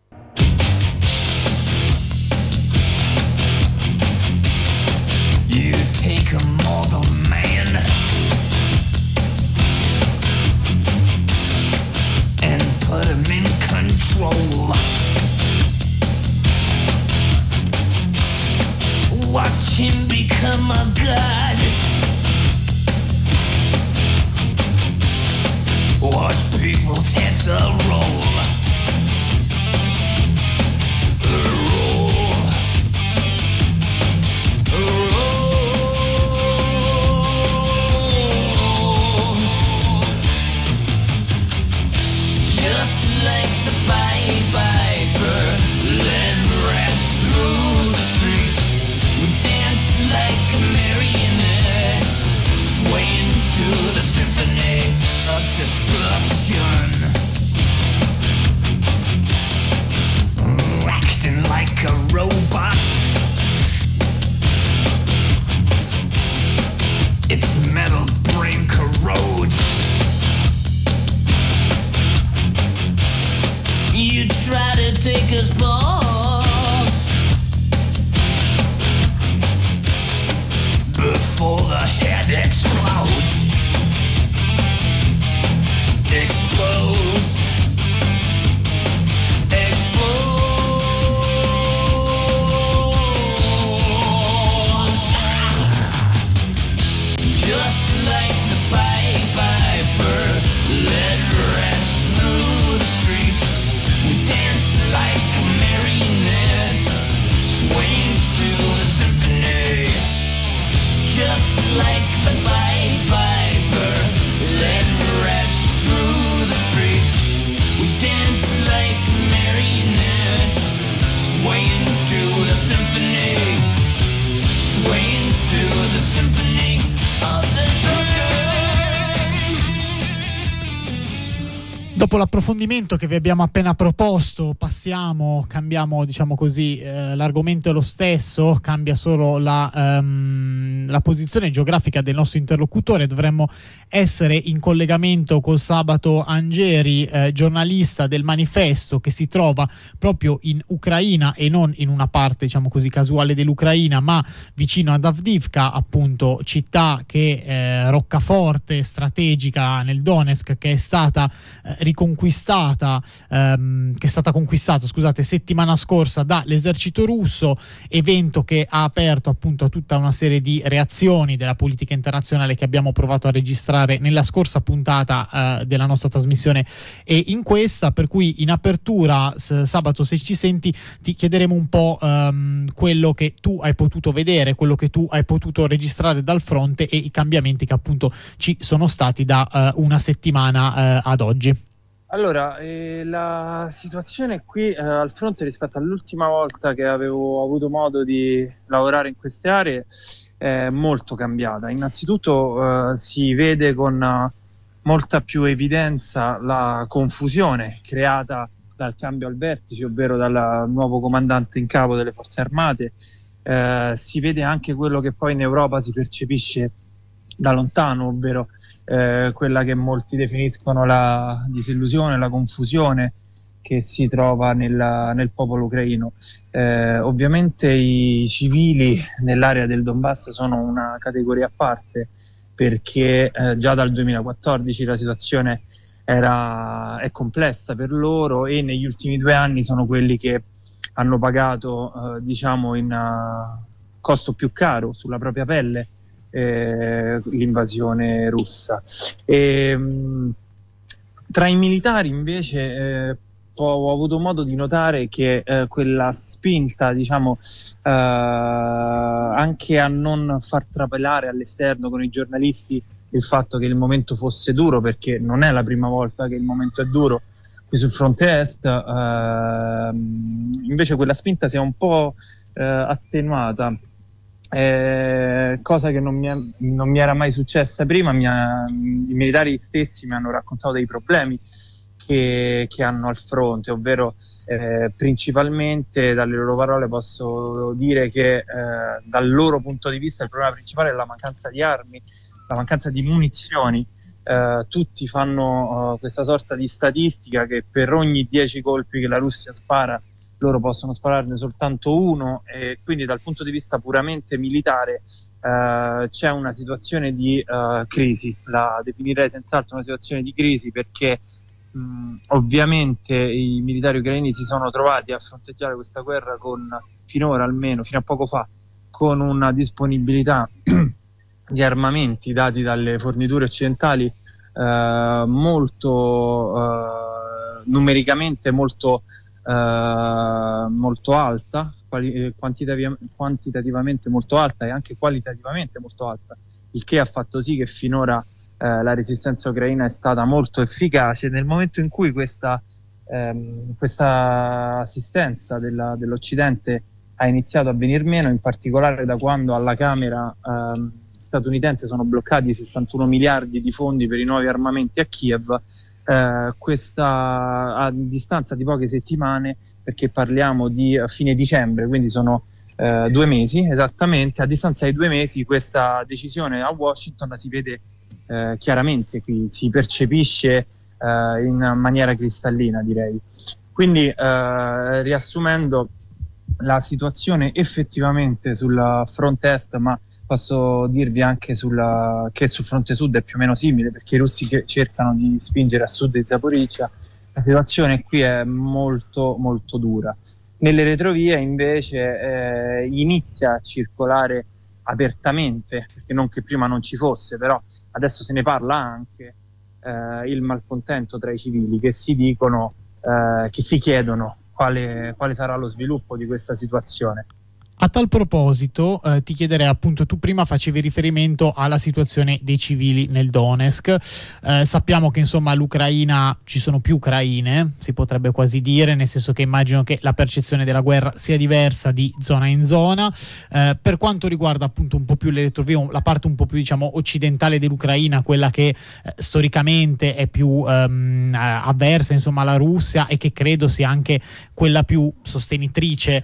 You take a mortal man and put him in control. Watch him become a god. Watch people's heads roll. Acting like a robot. Its metal brain corrodes. You try to take us boss before the head explodes. Explodes. Just like the Pied Piper, led rats through the streets. We dance like marionettes, swaying to the symphony. Just like the Pied Piper, led rats through the streets. We dance like marionettes, swaying to the symphony. Swaying to the symphony of the Dopo l'approfondimento che vi abbiamo appena proposto, cambiamo diciamo così, l'argomento è lo stesso, cambia solo la posizione geografica del nostro interlocutore. Dovremmo essere in collegamento con Sabato Angeri, giornalista del Manifesto, che si trova proprio in Ucraina e non in una parte diciamo così casuale dell'Ucraina, ma vicino ad Avdiivka, appunto città che roccaforte strategica nel Donetsk, che è stata riconquistata, che è stata conquistata, scusate, settimana scorsa dall'esercito russo, evento che ha aperto appunto a tutta una serie di reazioni della politica internazionale che abbiamo provato a registrare nella scorsa puntata della nostra trasmissione e in questa, per cui in apertura, Sabato, se ci senti, ti chiederemo un po' quello che tu hai potuto vedere, quello che tu hai potuto registrare dal fronte e i cambiamenti che appunto ci sono stati da una settimana ad oggi. Allora, la situazione qui al fronte rispetto all'ultima volta che avevo avuto modo di lavorare in queste aree è molto cambiata. Innanzitutto si vede con molta più evidenza la confusione creata dal cambio al vertice, ovvero dal nuovo comandante in capo delle forze armate. Si vede anche quello che poi in Europa si percepisce da lontano, ovvero quella che molti definiscono la disillusione, la confusione che si trova nel popolo ucraino. Ovviamente i civili nell'area del Donbass sono una categoria a parte, perché già dal 2014 la situazione è complessa per loro e negli ultimi 2 anni sono quelli che hanno pagato diciamo in costo più caro sulla propria pelle l'invasione russa. Tra i militari invece ho avuto modo di notare che quella spinta, diciamo, anche a non far trapelare all'esterno con i giornalisti il fatto che il momento fosse duro, perché non è la prima volta che il momento è duro qui sul fronte est, invece quella spinta si è un po' attenuata. Cosa che non mi era mai successa prima. I militari stessi mi hanno raccontato dei problemi che hanno al fronte, ovvero principalmente dalle loro parole posso dire che dal loro punto di vista il problema principale è la mancanza di armi, la mancanza di munizioni. Tutti fanno questa sorta di statistica che per ogni 10 colpi che la Russia spara loro possono spararne soltanto uno, e quindi dal punto di vista puramente militare c'è una situazione di crisi. La definirei senz'altro una situazione di crisi, perché ovviamente i militari ucraini si sono trovati a fronteggiare questa guerra finora, almeno fino a poco fa, con una disponibilità di armamenti dati dalle forniture occidentali molto numericamente molto alta, quantitativamente molto alta e anche qualitativamente molto alta, il che ha fatto sì che finora la resistenza ucraina è stata molto efficace. Nel momento in cui questa assistenza dell'Occidente ha iniziato a venir meno, in particolare da quando alla Camera statunitense sono bloccati 61 miliardi di fondi per i nuovi armamenti a Kiev, questa a distanza di poche settimane, perché parliamo di fine dicembre, quindi sono 2 mesi esattamente, a distanza di 2 mesi questa decisione a Washington si vede chiaramente, qui si percepisce in maniera cristallina, direi. Quindi riassumendo, la situazione effettivamente sul fronte est, ma posso dirvi anche che sul fronte sud è più o meno simile, perché i russi cercano di spingere a sud di Zaporizhzhia. La situazione qui è molto molto dura. Nelle retrovie invece inizia a circolare apertamente, perché non che prima non ci fosse, però adesso se ne parla anche, il malcontento tra i civili che si dicono, che si chiedono quale sarà lo sviluppo di questa situazione. A tal proposito ti chiederei, appunto, tu prima facevi riferimento alla situazione dei civili nel Donetsk. Sappiamo che insomma all'Ucraina ci sono più ucraine, si potrebbe quasi dire, nel senso che immagino che la percezione della guerra sia diversa di zona in zona. Per quanto riguarda appunto un po' più la parte un po' più diciamo occidentale dell'Ucraina, quella che storicamente è più avversa insomma alla Russia e che credo sia anche quella più sostenitrice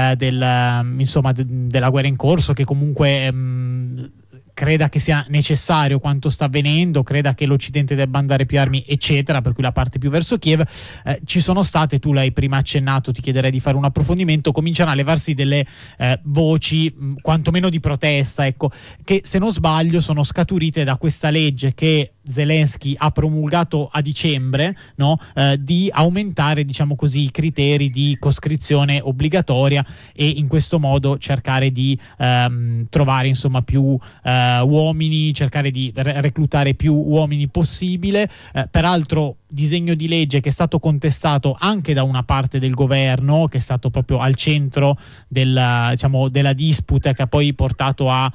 della guerra in corso, che comunque creda che sia necessario quanto sta avvenendo, creda che l'Occidente debba andare più armi eccetera, per cui la parte più verso Kiev. Ci sono state, tu l'hai prima accennato, ti chiederei di fare un approfondimento, cominciano a levarsi delle voci quantomeno di protesta, ecco, che se non sbaglio sono scaturite da questa legge che Zelensky ha promulgato a dicembre, no? Di aumentare diciamo così i criteri di coscrizione obbligatoria e in questo modo cercare di trovare insomma più uomini, cercare di reclutare più uomini possibile. Peraltro disegno di legge che è stato contestato anche da una parte del governo, che è stato proprio al centro della disputa, che ha poi portato a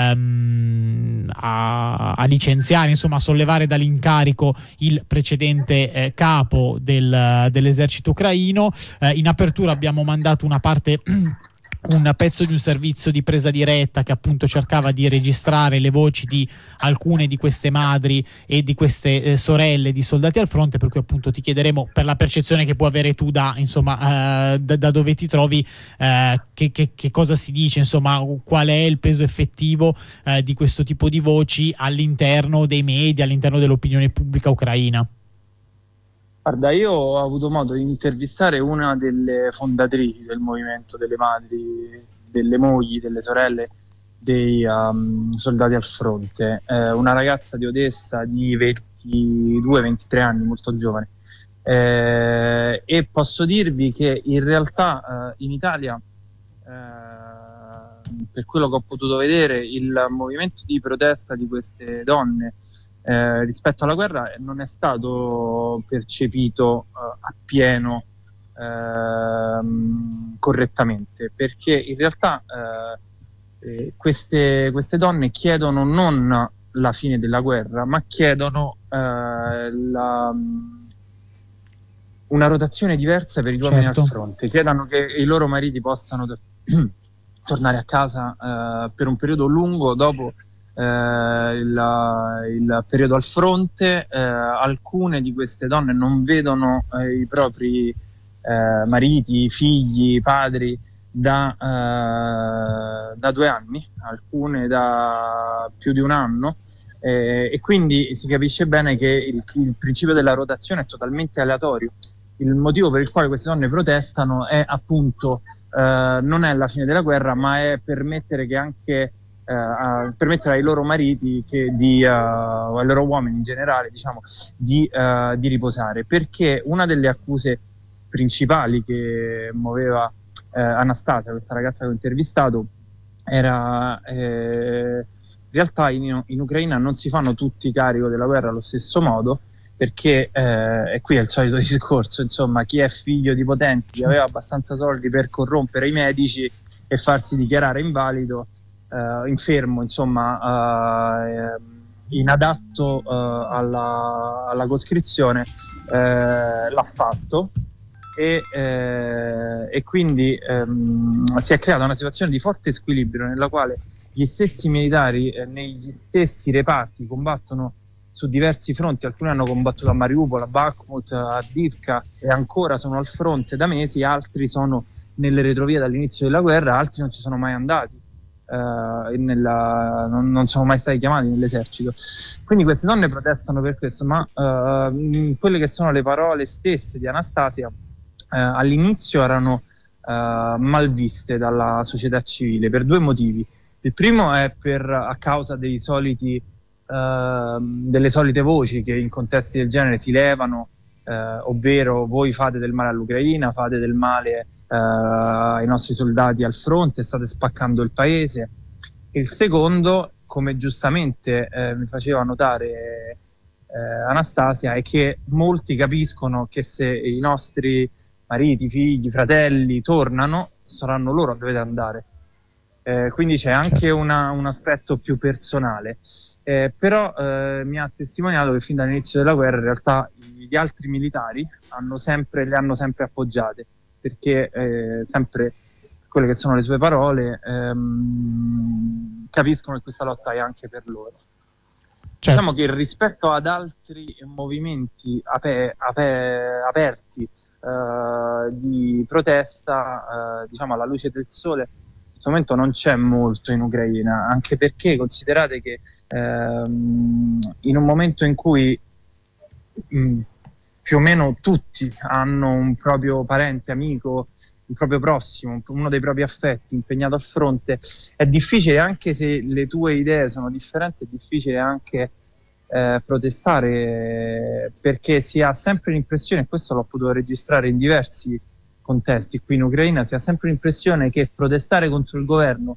licenziare, insomma a sollevare dall'incarico il precedente capo dell'esercito ucraino. In apertura abbiamo mandato un pezzo di un servizio di presa diretta che appunto cercava di registrare le voci di alcune di queste madri e di queste sorelle di soldati al fronte, per cui appunto ti chiederemo, per la percezione che puoi avere tu da dove ti trovi, che cosa si dice, insomma qual è il peso effettivo di questo tipo di voci all'interno dei media, all'interno dell'opinione pubblica ucraina. Guarda, io ho avuto modo di intervistare una delle fondatrici del movimento delle madri, delle mogli, delle sorelle dei soldati al fronte, una ragazza di Odessa di 22-23 anni, molto giovane, e posso dirvi che in realtà in Italia, per quello che ho potuto vedere, il movimento di protesta di queste donne rispetto alla guerra non è stato percepito appieno correttamente, perché in realtà queste donne chiedono non la fine della guerra, ma chiedono una rotazione diversa per gli uomini al fronte, chiedono che i loro mariti possano tornare a casa per un periodo lungo dopo il periodo al fronte. Alcune di queste donne non vedono i propri mariti, figli, padri da 2 anni, alcune da più di un anno, e quindi si capisce bene che il principio della rotazione è totalmente aleatorio. Il motivo per il quale queste donne protestano è appunto non è la fine della guerra, ma è permettere che anche permettere ai loro mariti o ai loro uomini in generale, diciamo, di riposare, perché una delle accuse principali che muoveva Anastasia, questa ragazza che ho intervistato, era in realtà in Ucraina non si fanno tutti carico della guerra allo stesso modo, perché e qui è il solito discorso, insomma, chi è figlio di potenti, chi aveva abbastanza soldi per corrompere i medici e farsi dichiarare invalido, infermo, insomma, inadatto alla coscrizione, l'ha fatto, e quindi si è creata una situazione di forte squilibrio nella quale gli stessi militari negli stessi reparti combattono su diversi fronti. Alcuni hanno combattuto a Mariupol, a Bakhmut, a Divka e ancora sono al fronte da mesi, altri sono nelle retrovie dall'inizio della guerra, altri non ci sono mai andati. Non sono mai stati chiamati nell'esercito. Quindi queste donne protestano per questo, ma quelle che sono le parole stesse di Anastasia all'inizio erano mal viste dalla società civile per 2 motivi. Il primo è a causa delle solite voci che in contesti del genere si levano, ovvero voi fate del male all'Ucraina, fate del male ai nostri soldati al fronte, state spaccando il paese. E il secondo, come giustamente mi faceva notare Anastasia, è che molti capiscono che se i nostri mariti, figli, fratelli tornano, saranno loro a dover andare, quindi c'è anche un aspetto più personale, però mi ha testimoniato che fin dall'inizio della guerra in realtà gli altri militari le hanno sempre appoggiate, perché sempre quelle che sono le sue parole, capiscono che questa lotta è anche per loro. Certo. Diciamo che rispetto ad altri movimenti aperti di protesta, diciamo alla luce del sole, in questo momento non c'è molto in Ucraina, anche perché considerate che in un momento in cui più o meno tutti hanno un proprio parente, amico, un proprio prossimo, uno dei propri affetti impegnato al fronte, è difficile, anche se le tue idee sono differenti, è difficile anche protestare, perché si ha sempre l'impressione, e questo l'ho potuto registrare in diversi contesti qui in Ucraina, si ha sempre l'impressione che protestare contro il governo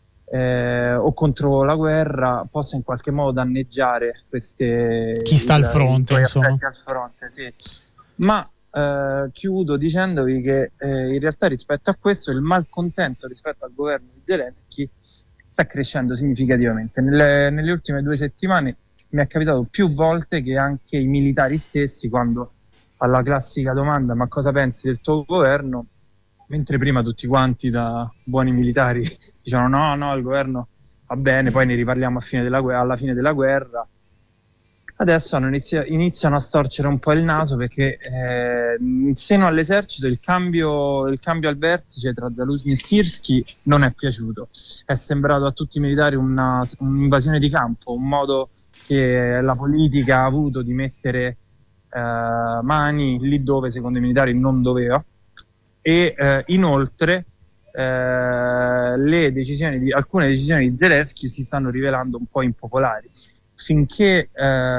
o contro la guerra possa in qualche modo danneggiare chi sta al fronte, insomma. Al fronte, sì. Ma chiudo dicendovi che in realtà rispetto a questo il malcontento rispetto al governo di Zelensky sta crescendo significativamente. Nelle ultime 2 settimane mi è capitato più volte che anche i militari stessi, quando alla classica domanda "ma cosa pensi del tuo governo?", mentre prima tutti quanti da buoni militari dicevano no, il governo va bene, poi ne riparliamo alla fine della guerra, adesso iniziano a storcere un po' il naso, perché in seno all'esercito il cambio al vertice tra Zaluzhny e Sirski non è piaciuto. È sembrato a tutti i militari un'invasione di campo, un modo che la politica ha avuto di mettere mani lì dove secondo i militari non doveva, e inoltre alcune decisioni di Zelensky si stanno rivelando un po' impopolari. Finché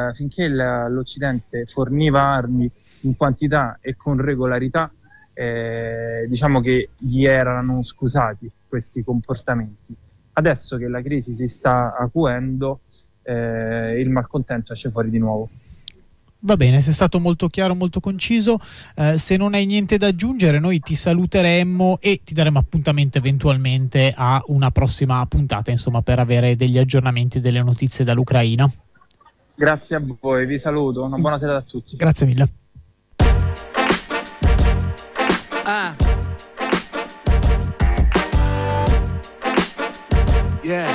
l'Occidente forniva armi in quantità e con regolarità, diciamo che gli erano scusati questi comportamenti. Adesso che la crisi si sta acuendo, il malcontento esce fuori di nuovo. Va bene, sei stato molto chiaro, molto conciso. Se non hai niente da aggiungere, noi ti saluteremmo e ti daremo appuntamento eventualmente a una prossima puntata, insomma, per avere degli aggiornamenti e delle notizie dall'Ucraina. Grazie a voi, vi saluto, una buona serata a tutti. Grazie mille. Yeah.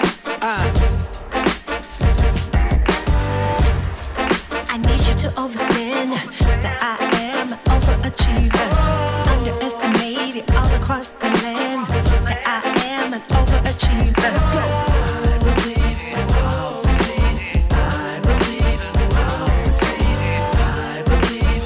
I need you to understand that I am an overachiever, underestimated all across the land, that I am an overachiever. Let's go. I believe I'll succeed. I believe I'll succeed. I believe.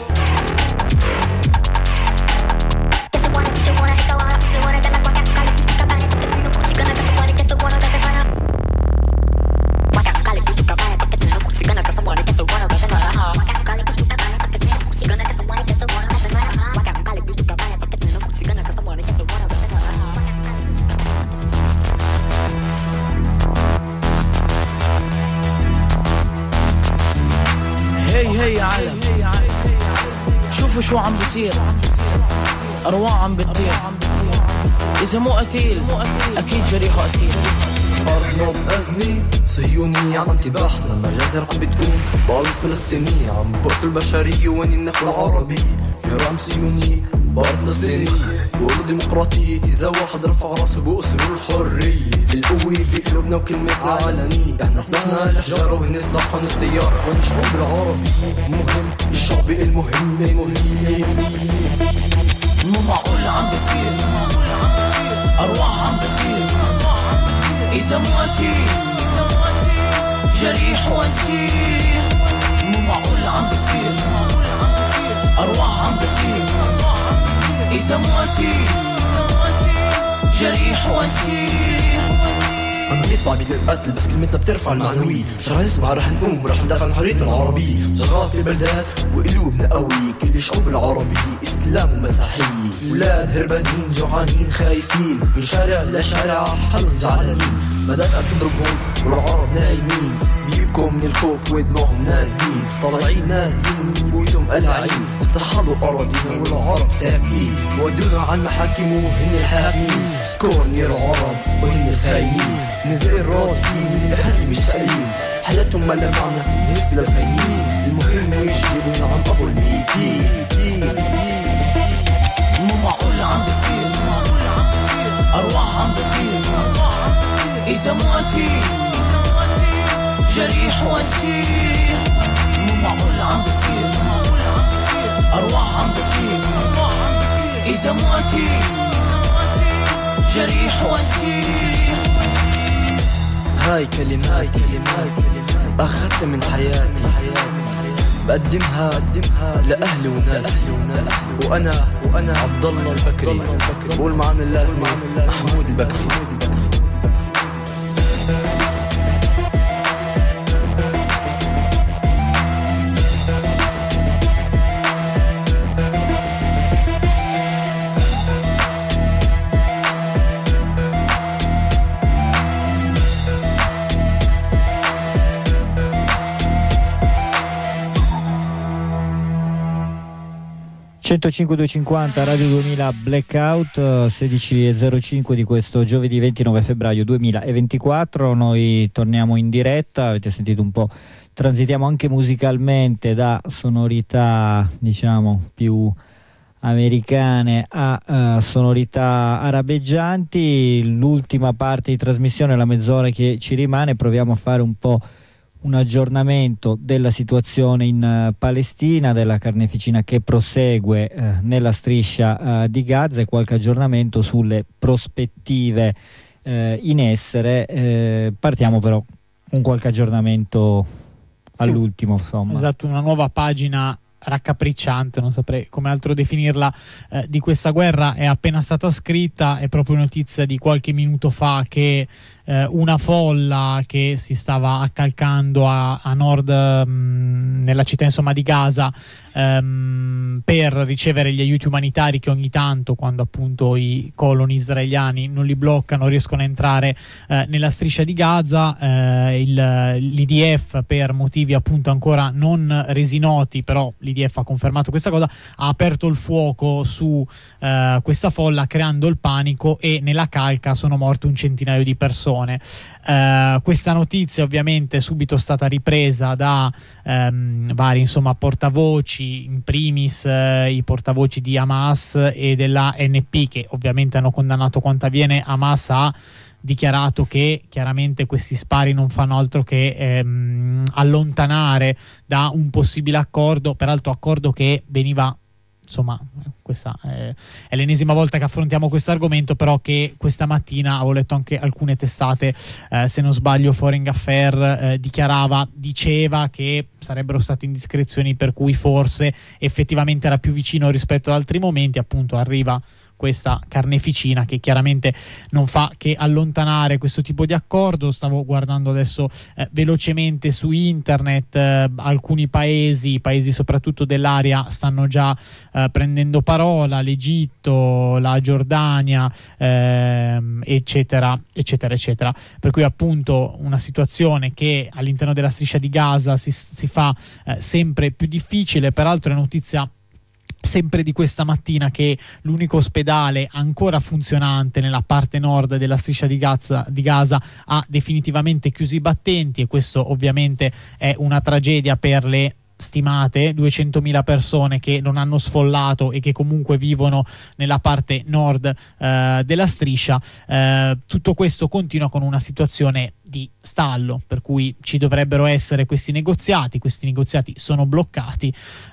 Que se wanna esta hora, se wanna dar la cuaca, cale pista para que se no consigan que se wanna que se wanna que se gana. Cuaca, cale pista para que se no consigan que se wanna que se wanna que se gana. هي يا عالم شوفوا شو عم بصير أرواح عم بتطير إذا مو قتيل أكيد جريحه أسير أرنب أزمي صهيوني عم تضحنا مجازر عم بتكون بال فلسطيني عم بقتل البشرية وين النخل العربي نظام صهيوني بال فلسطيني بقولوا ديمقراطية إذا واحد رفع راسه بأسره الحرية القوة بقلوبنا وكلمتنا علنية احنا سلاحنا الحجارة وهن سلاحهم الطيارة ونشعب العربي مهم الشعب المهم مو معقول عم بصير أرواح عم بتطير إذا مو قتيل جريح وأسير مو معقول عم بصير أرواح عم بتطير إذا مو قتيل جريح وأسير عم نطلع بيد القتل بس كلمتنا بترفع المعنوية مش رح نسمع رح نقوم رح ندافع عن حريتنا العربية صغار في بلدات وقلوبنا قوية كل الشعوب العربية إسلام ومسيحية ولاد هربانين جوعانين خايفين من شارع لشارع حالهم زعلانين مدافع بتضربهم والعرب نايمين بيبكوا بكم من الخوف ودموعهم نازلين طالعين نازلين من بيوتهم قلعين استرحلوا أراضينا والعرب سابقين ودونا عن محاكم وهن الحاكمين سكورني العرب وهن الخاينين نزل الراضيين اللي بحد مش سالين حياتهم ما لها معنى بالنسبة للخاينين المهم يجيبونا عن أبو الميتين مو معقول عم بصير أرواح عم بتطير إذا مو قتيل جريح وأسير مو معقول عم بصير أرواح عم بتطير إذا مو قتيل جريح وأسير هاي كلمات أخذت من حياتي بقدمها لأهلي وناسي وأنا عبد الله البكري بقول معنا اللازمة محمود البكري (105.250) Radio 2000 Blackout 16.05 di questo giovedì 29 febbraio 2024. Noi torniamo in diretta, avete sentito un po', transitiamo anche musicalmente da sonorità diciamo più americane a sonorità arabeggianti. L'ultima parte di trasmissione, la mezz'ora che ci rimane, proviamo a fare un po' un aggiornamento della situazione in Palestina, della carneficina che prosegue nella striscia di Gaza e qualche aggiornamento sulle prospettive in essere. Partiamo però con qualche aggiornamento all'ultimo, insomma. Esatto, una nuova pagina raccapricciante, non saprei come altro definirla, di questa guerra è appena stata scritta. È proprio notizia di qualche minuto fa che una folla che si stava accalcando a nord nella città insomma di Gaza per ricevere gli aiuti umanitari che ogni tanto, quando appunto i coloni israeliani non li bloccano, riescono a entrare nella striscia di Gaza. L'IDF, per motivi appunto ancora non resi noti, però l'IDF ha confermato questa cosa, ha aperto il fuoco su questa folla creando il panico e nella calca sono morte un centinaio di persone. Questa notizia ovviamente è subito stata ripresa da vari insomma portavoci, in primis i portavoci di Hamas e della ANP, che ovviamente hanno condannato quanto avviene. Hamas ha dichiarato che chiaramente questi spari non fanno altro che allontanare da un possibile accordo, peraltro accordo che veniva, insomma, questa è l'ennesima volta che affrontiamo questo argomento, però che questa mattina avevo letto anche alcune testate, se non sbaglio Foreign Affair diceva che sarebbero state indiscrezioni per cui forse effettivamente era più vicino rispetto ad altri momenti. Appunto arriva questa carneficina che chiaramente non fa che allontanare questo tipo di accordo. Stavo guardando adesso velocemente su internet, alcuni paesi soprattutto dell'area stanno già prendendo parola, l'Egitto, la Giordania, eccetera eccetera eccetera, per cui appunto una situazione che all'interno della striscia di Gaza si fa sempre più difficile. Peraltro è notizia sempre di questa mattina che l'unico ospedale ancora funzionante nella parte nord della striscia di Gaza ha definitivamente chiuso i battenti, e questo ovviamente è una tragedia per le stimate 200.000 persone che non hanno sfollato e che comunque vivono nella parte nord della striscia. Tutto questo continua con una situazione di stallo, per cui ci dovrebbero essere questi negoziati sono bloccati,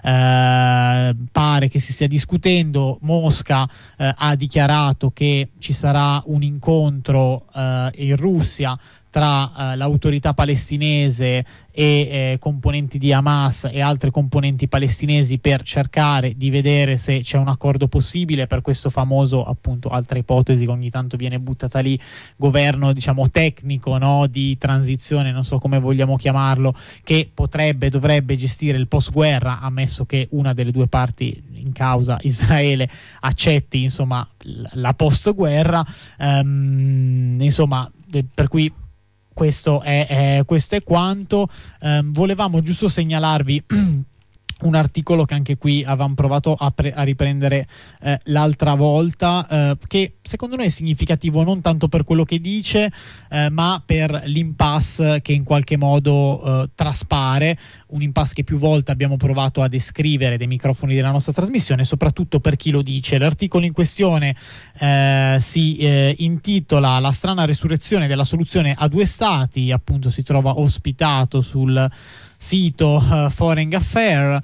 pare che si stia discutendo. Mosca ha dichiarato che ci sarà un incontro in Russia tra l'autorità palestinese e componenti di Hamas e altre componenti palestinesi per cercare di vedere se c'è un accordo possibile per questo famoso, appunto, altra ipotesi che ogni tanto viene buttata lì, governo diciamo tecnico, no, di transizione, non so come vogliamo chiamarlo, che dovrebbe gestire il post guerra, ammesso che una delle due parti in causa, Israele, accetti insomma la post guerra, insomma, per cui questo è quanto. Volevamo giusto segnalarvi un articolo che anche qui avevamo provato a riprendere l'altra volta, che secondo noi è significativo non tanto per quello che dice, ma per l'impasse che in qualche modo traspare, un impasse che più volte abbiamo provato a descrivere dai microfoni della nostra trasmissione, soprattutto per chi lo dice. L'articolo in questione si intitola La strana resurrezione della soluzione a due stati, appunto si trova ospitato sul sito Foreign Affair.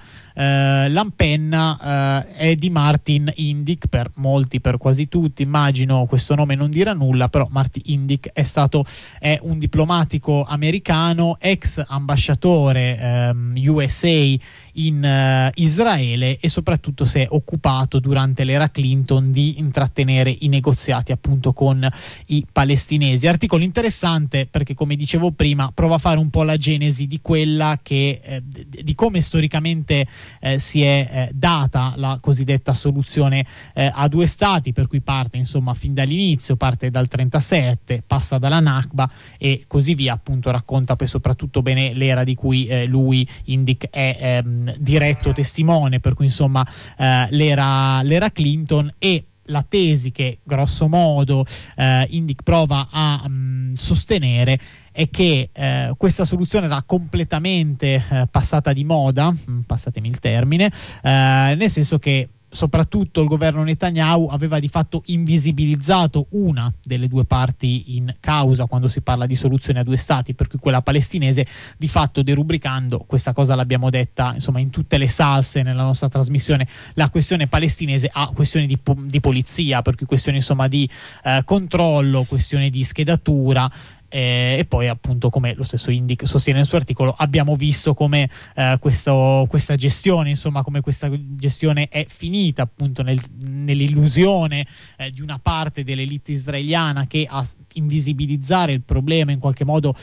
L'anpenna è di Martin Indyk, per molti, per quasi tutti immagino questo nome non dirà nulla, però Martin Indyk è un diplomatico americano, ex ambasciatore USA in Israele, e soprattutto si è occupato durante l'era Clinton di intrattenere i negoziati appunto con i palestinesi. Articolo interessante perché, come dicevo prima, prova a fare un po' la genesi di quella che di come storicamente si è data la cosiddetta soluzione a due stati, per cui parte insomma fin dall'inizio, parte dal 37, passa dalla Nakba e così via. Appunto racconta poi soprattutto bene l'era di cui lui, Indyk, è diretto testimone, per cui insomma l'era Clinton. E la tesi che grosso modo Indyk prova a sostenere è che questa soluzione era completamente passata di moda, passatemi il termine, nel senso che soprattutto il governo Netanyahu aveva di fatto invisibilizzato una delle due parti in causa quando si parla di soluzione a due stati, per cui quella palestinese, di fatto derubricando, questa cosa l'abbiamo detta insomma in tutte le salse nella nostra trasmissione, la questione palestinese a questioni di polizia, per cui questioni insomma di controllo, questioni di schedatura. E poi appunto, come lo stesso Indyk sostiene nel suo articolo, abbiamo visto come questa gestione, insomma come questa gestione è finita appunto nell'illusione di una parte dell'elite israeliana che a invisibilizzare il problema in qualche modo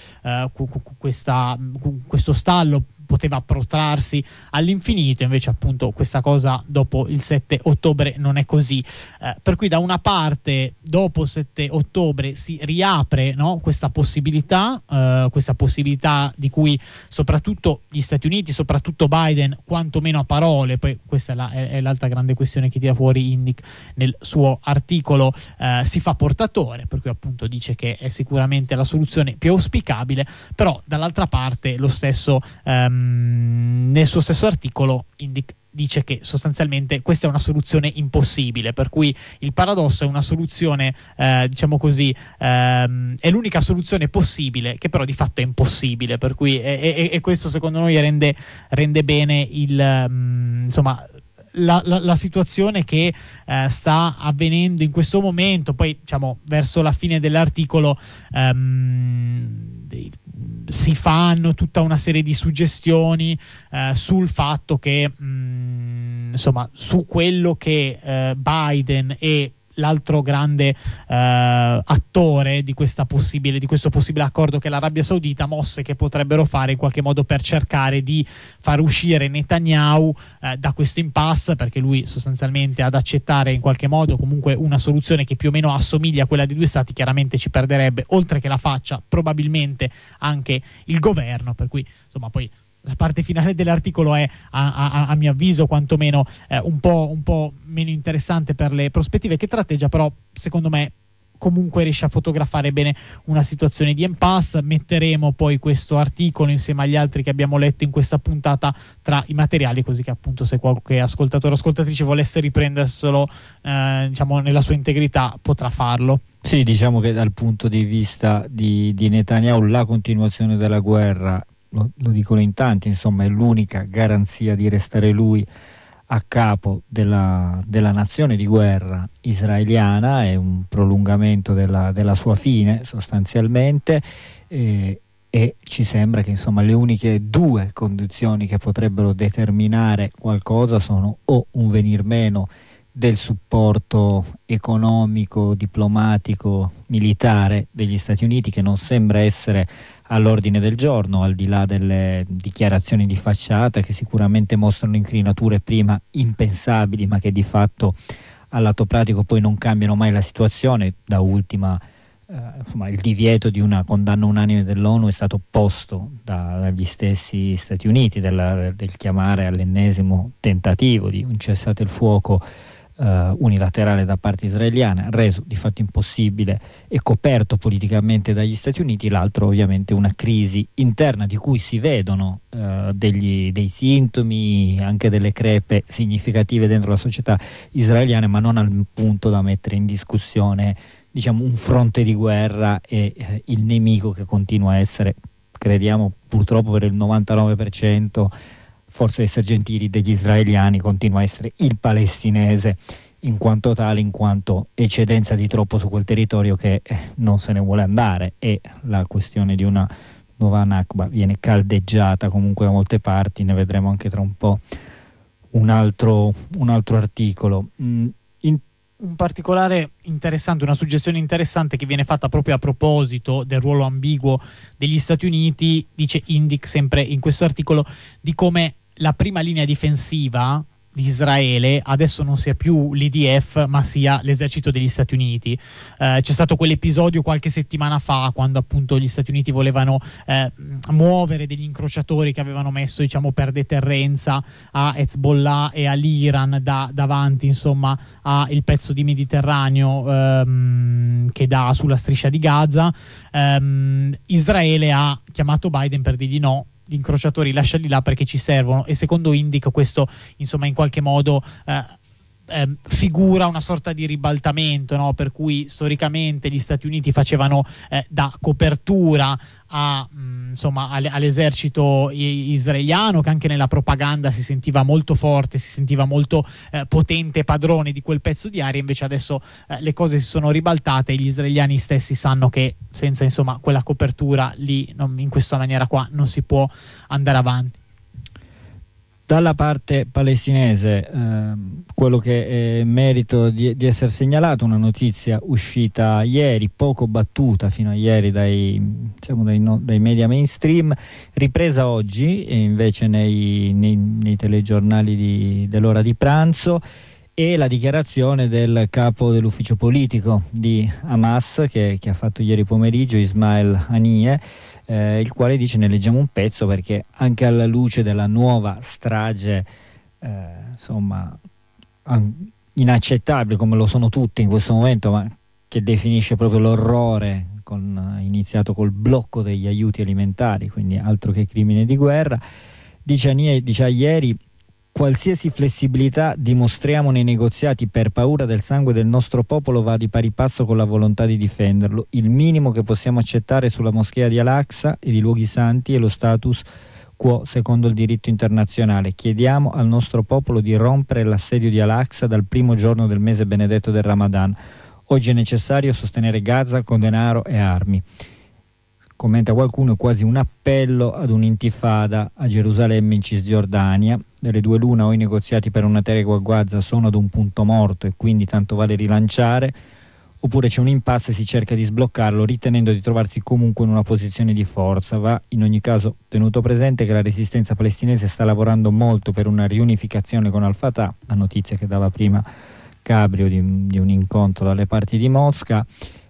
questo stallo poteva protrarsi all'infinito. Invece appunto questa cosa dopo il 7 ottobre non è così, per cui da una parte dopo il 7 ottobre si riapre, no, questa possibilità di cui soprattutto gli Stati Uniti, soprattutto Biden, quantomeno a parole, poi questa è l'altra grande questione che tira fuori Indyk nel suo articolo, si fa portatore, per cui appunto dice che è sicuramente la soluzione più auspicabile. Però dall'altra parte lo stesso nel suo stesso articolo Indyk dice che sostanzialmente questa è una soluzione impossibile, per cui il paradosso è una soluzione diciamo così, è l'unica soluzione possibile che però di fatto è impossibile, per cui e questo secondo noi rende bene insomma la situazione che sta avvenendo in questo momento. Poi diciamo verso la fine dell'articolo si fanno tutta una serie di suggestioni sul fatto che insomma su quello che Biden e l'altro grande attore di questo possibile accordo, che è l'Arabia Saudita, mosse che potrebbero fare in qualche modo per cercare di far uscire Netanyahu da questo impasse, perché lui sostanzialmente ad accettare in qualche modo comunque una soluzione che più o meno assomiglia a quella di due stati chiaramente ci perderebbe, oltre che la faccia, probabilmente anche il governo, per cui insomma poi la parte finale dell'articolo è a mio avviso quantomeno un po' meno interessante per le prospettive che tratteggia, però secondo me comunque riesce a fotografare bene una situazione di impasse. Metteremo poi questo articolo insieme agli altri che abbiamo letto in questa puntata tra i materiali, così che appunto se qualche ascoltatore o ascoltatrice volesse riprenderselo diciamo nella sua integrità potrà farlo. Sì, diciamo che dal punto di vista di Netanyahu la continuazione della guerra, lo dicono in tanti, insomma è l'unica garanzia di restare lui a capo della nazione di guerra israeliana, è un prolungamento della sua fine sostanzialmente, e ci sembra che insomma le uniche due condizioni che potrebbero determinare qualcosa sono o un venir meno del supporto economico, diplomatico, militare degli Stati Uniti, che non sembra essere all'ordine del giorno, al di là delle dichiarazioni di facciata che sicuramente mostrano incrinature prima impensabili, ma che di fatto al lato pratico poi non cambiano mai la situazione. Da ultima insomma, il divieto di una condanna unanime dell'ONU è stato posto dagli stessi Stati Uniti del chiamare all'ennesimo tentativo di un cessate il fuoco unilaterale da parte israeliana, reso di fatto impossibile e coperto politicamente dagli Stati Uniti. L'altro ovviamente una crisi interna di cui si vedono dei sintomi, anche delle crepe significative dentro la società israeliana, ma non al punto da mettere in discussione, diciamo, un fronte di guerra e il nemico che continua a essere, crediamo purtroppo per il 99%, forse essere gentili, degli israeliani, continua a essere il palestinese in quanto tale, in quanto eccedenza di troppo su quel territorio che non se ne vuole andare, e la questione di una nuova Nakba viene caldeggiata comunque da molte parti. Ne vedremo anche tra un po' un altro articolo. Un particolare interessante, una suggestione interessante che viene fatta proprio a proposito del ruolo ambiguo degli Stati Uniti, dice Indyk sempre in questo articolo, di come la prima linea difensiva di Israele adesso non sia più l'IDF ma sia l'esercito degli Stati Uniti. C'è stato quell'episodio qualche settimana fa quando appunto gli Stati Uniti volevano muovere degli incrociatori che avevano messo, diciamo, per deterrenza a Hezbollah e all'Iran davanti, insomma, a il pezzo di Mediterraneo che dà sulla striscia di Gaza. Israele ha chiamato Biden per dirgli no, gli incrociatori lasciali là perché ci servono, e secondo Indyk questo, insomma, in qualche modo figura una sorta di ribaltamento, no? Per cui storicamente gli Stati Uniti facevano da copertura all'esercito israeliano, che anche nella propaganda si sentiva molto forte, si sentiva molto potente, padrone di quel pezzo di area. Invece adesso le cose si sono ribaltate e gli israeliani stessi sanno che senza, insomma, quella copertura lì, in questa maniera qua, non si può andare avanti. Dalla parte palestinese, quello che è merito di essere segnalato, una notizia uscita ieri, poco battuta fino a ieri dai media mainstream, ripresa oggi e invece nei telegiornali dell'ora di pranzo, e la dichiarazione del capo dell'ufficio politico di Hamas che ha fatto ieri pomeriggio, Ismail Haniyeh, il quale dice, ne leggiamo un pezzo perché anche alla luce della nuova strage inaccettabile, come lo sono tutte in questo momento, ma che definisce proprio l'orrore, iniziato col blocco degli aiuti alimentari, quindi altro che crimine di guerra. Dice ieri: qualsiasi flessibilità dimostriamo nei negoziati per paura del sangue del nostro popolo va di pari passo con la volontà di difenderlo. Il minimo che possiamo accettare sulla moschea di Al-Aqsa e di luoghi santi è lo status quo secondo il diritto internazionale. Chiediamo al nostro popolo di rompere l'assedio di Al-Aqsa dal primo giorno del mese benedetto del Ramadan. Oggi è necessario sostenere Gaza con denaro e armi. Commenta qualcuno, è quasi un appello ad un'intifada a Gerusalemme in Cisgiordania. Delle due l'una, o i negoziati per una tregua a Gaza sono ad un punto morto e quindi tanto vale rilanciare, oppure c'è un impasse e si cerca di sbloccarlo ritenendo di trovarsi comunque in una posizione di forza. Va in ogni caso tenuto presente che la resistenza palestinese sta lavorando molto per una riunificazione con Al-Fatah, la notizia che dava prima Cabrio di un incontro dalle parti di Mosca.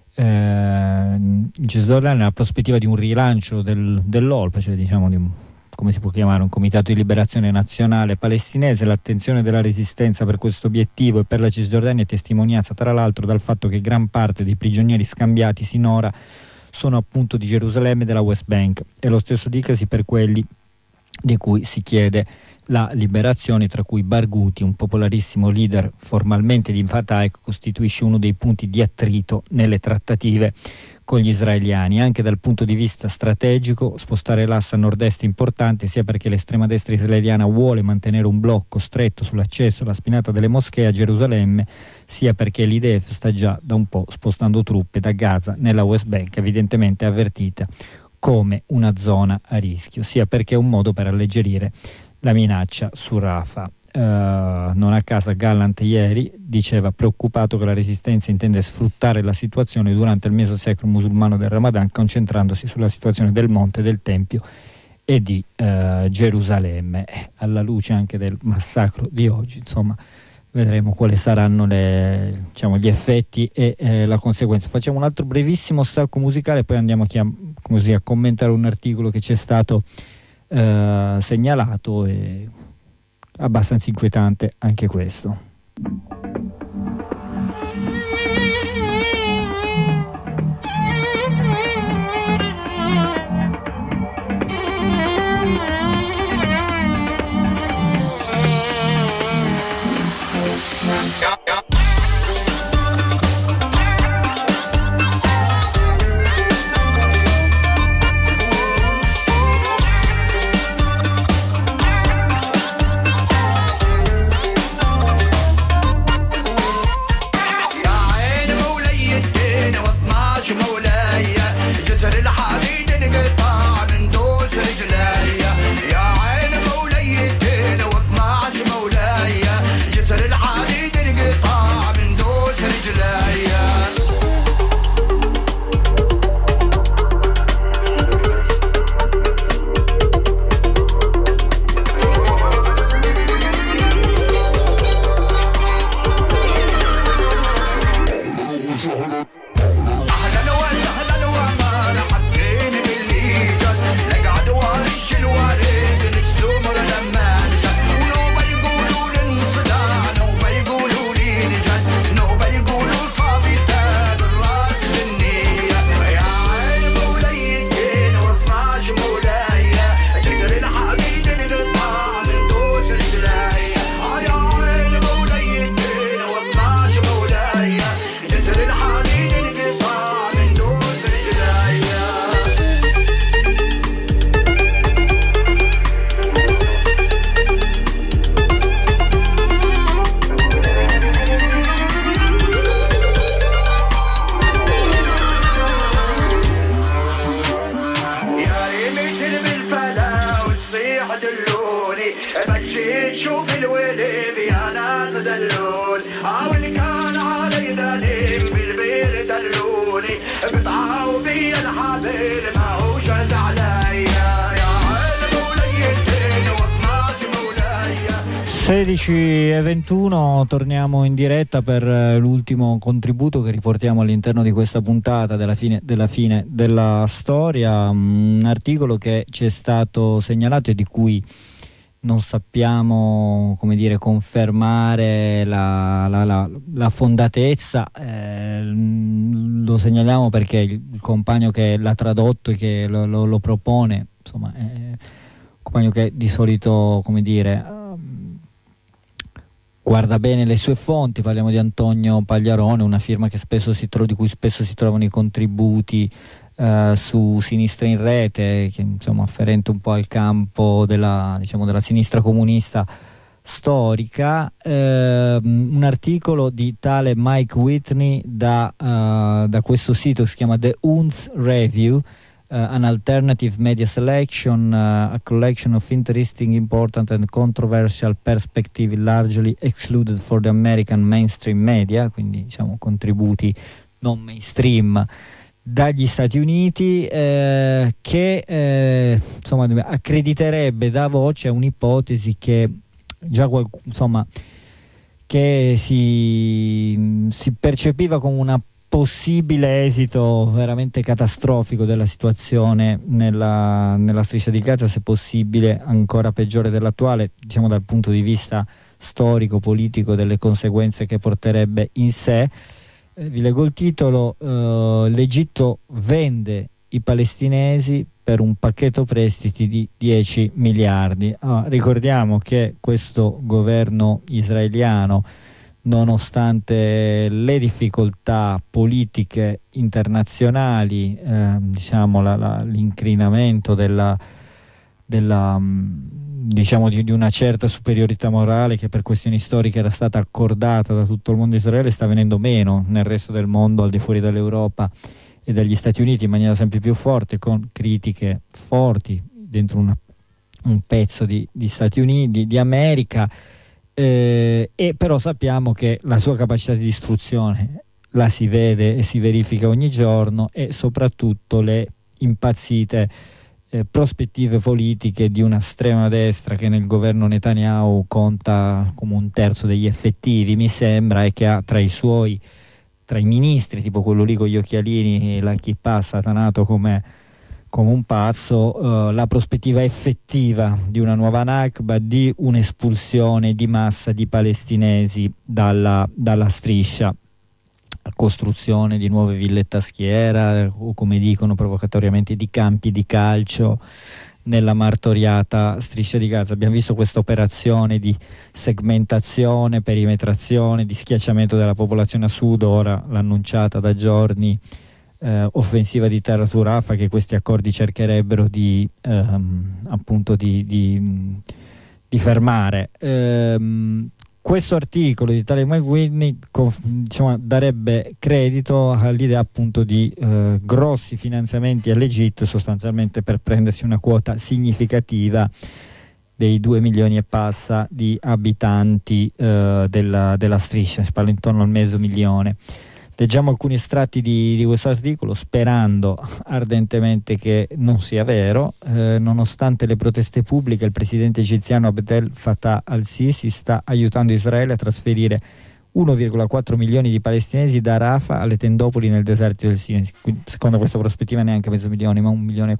In Cisgiordania, nella prospettiva di un rilancio dell'OLP, cioè diciamo come si può chiamare, un comitato di liberazione nazionale palestinese. L'attenzione della resistenza per questo obiettivo e per la Cisgiordania è testimoniata tra l'altro dal fatto che gran parte dei prigionieri scambiati sinora sono appunto di Gerusalemme e della West Bank, e lo stesso dicasi per quelli di cui si chiede la liberazione, tra cui Barghouti, un popolarissimo leader formalmente di Fatah, costituisce uno dei punti di attrito nelle trattative con gli israeliani. Anche dal punto di vista strategico, spostare l'asse a nord-est è importante, sia perché l'estrema destra israeliana vuole mantenere un blocco stretto sull'accesso alla spinata delle moschee a Gerusalemme, sia perché l'IDF sta già da un po' spostando truppe da Gaza nella West Bank, evidentemente avvertita come una zona a rischio, sia perché è un modo per alleggerire la minaccia su Rafah. Non a caso Gallant ieri diceva preoccupato che la resistenza intende sfruttare la situazione durante il mese sacro musulmano del Ramadan, concentrandosi sulla situazione del monte, del Tempio e di Gerusalemme, alla luce anche del massacro di oggi. Insomma, vedremo quali saranno gli effetti e la conseguenza. Facciamo un altro brevissimo stacco musicale, poi andiamo a commentare un articolo che ci è stato segnalato, e abbastanza inquietante anche questo. بيا الحبيب ما هوش زعلايا يا عالم وليتين و12 مولايا. 16:21, torniamo in diretta per l'ultimo contributo che riportiamo all'interno di questa puntata della fine della storia, un articolo che ci è stato segnalato e di cui non sappiamo, come dire, confermare la fondatezza. Lo segnaliamo perché il compagno che l'ha tradotto e che lo propone, insomma, è un compagno che di solito, come dire, guarda bene le sue fonti. Parliamo di Antonio Pagliarone, una firma che di cui spesso si trovano i contributi su Sinistra in Rete, che insomma afferente un po' al campo della sinistra comunista storica. Un articolo di tale Mike Whitney da questo sito che si chiama The Unz Review, an alternative media selection, a collection of interesting, important and controversial perspective largely excluded for the American mainstream media, quindi diciamo contributi non mainstream dagli Stati Uniti, che insomma accrediterebbe, dà voce a un'ipotesi che già che si percepiva come una possibile esito veramente catastrofico della situazione nella striscia di Gaza, se possibile ancora peggiore dell'attuale, diciamo dal punto di vista storico, politico, delle conseguenze che porterebbe in sé. Vi leggo il titolo: l'Egitto vende i palestinesi per un pacchetto prestiti di 10 miliardi. Ricordiamo che questo governo israeliano, nonostante le difficoltà politiche internazionali, l'incrinamento di una certa superiorità morale che per questioni storiche era stata accordata da tutto il mondo di Israele, sta venendo meno nel resto del mondo, al di fuori dall'Europa e dagli Stati Uniti, in maniera sempre più forte, con critiche forti dentro un pezzo di Stati Uniti, di America, e però sappiamo che la sua capacità di distruzione la si vede e si verifica ogni giorno, e soprattutto le impazzite prospettive politiche di una estrema destra che nel governo Netanyahu conta come un terzo degli effettivi, mi sembra, e che ha tra i ministri, tipo quello lì con gli occhialini, la kippa, satanato come un pazzo, la prospettiva effettiva di una nuova Nakba, di un'espulsione di massa di palestinesi dalla striscia, costruzione di nuove villette a schiera o, come dicono provocatoriamente, di campi di calcio nella martoriata striscia di Gaza. Abbiamo visto questa operazione di segmentazione, perimetrazione, di schiacciamento della popolazione a sud, ora l'annunciata da giorni offensiva di terra su Rafah, che questi accordi cercherebbero di fermare. Questo articolo di Taleb McWhinney darebbe credito all'idea appunto di grossi finanziamenti all'Egitto, sostanzialmente per prendersi una quota significativa dei 2 milioni e passa di abitanti della striscia, si parla intorno al mezzo milione. Leggiamo alcuni estratti di questo articolo, sperando ardentemente che non sia vero. Nonostante le proteste pubbliche, il presidente egiziano Abdel Fattah al-Sisi sta aiutando Israele a trasferire 1,4 milioni di palestinesi da Rafah alle tendopoli nel deserto del Sinai. Secondo questa prospettiva neanche mezzo milione, ma 1,4 milioni.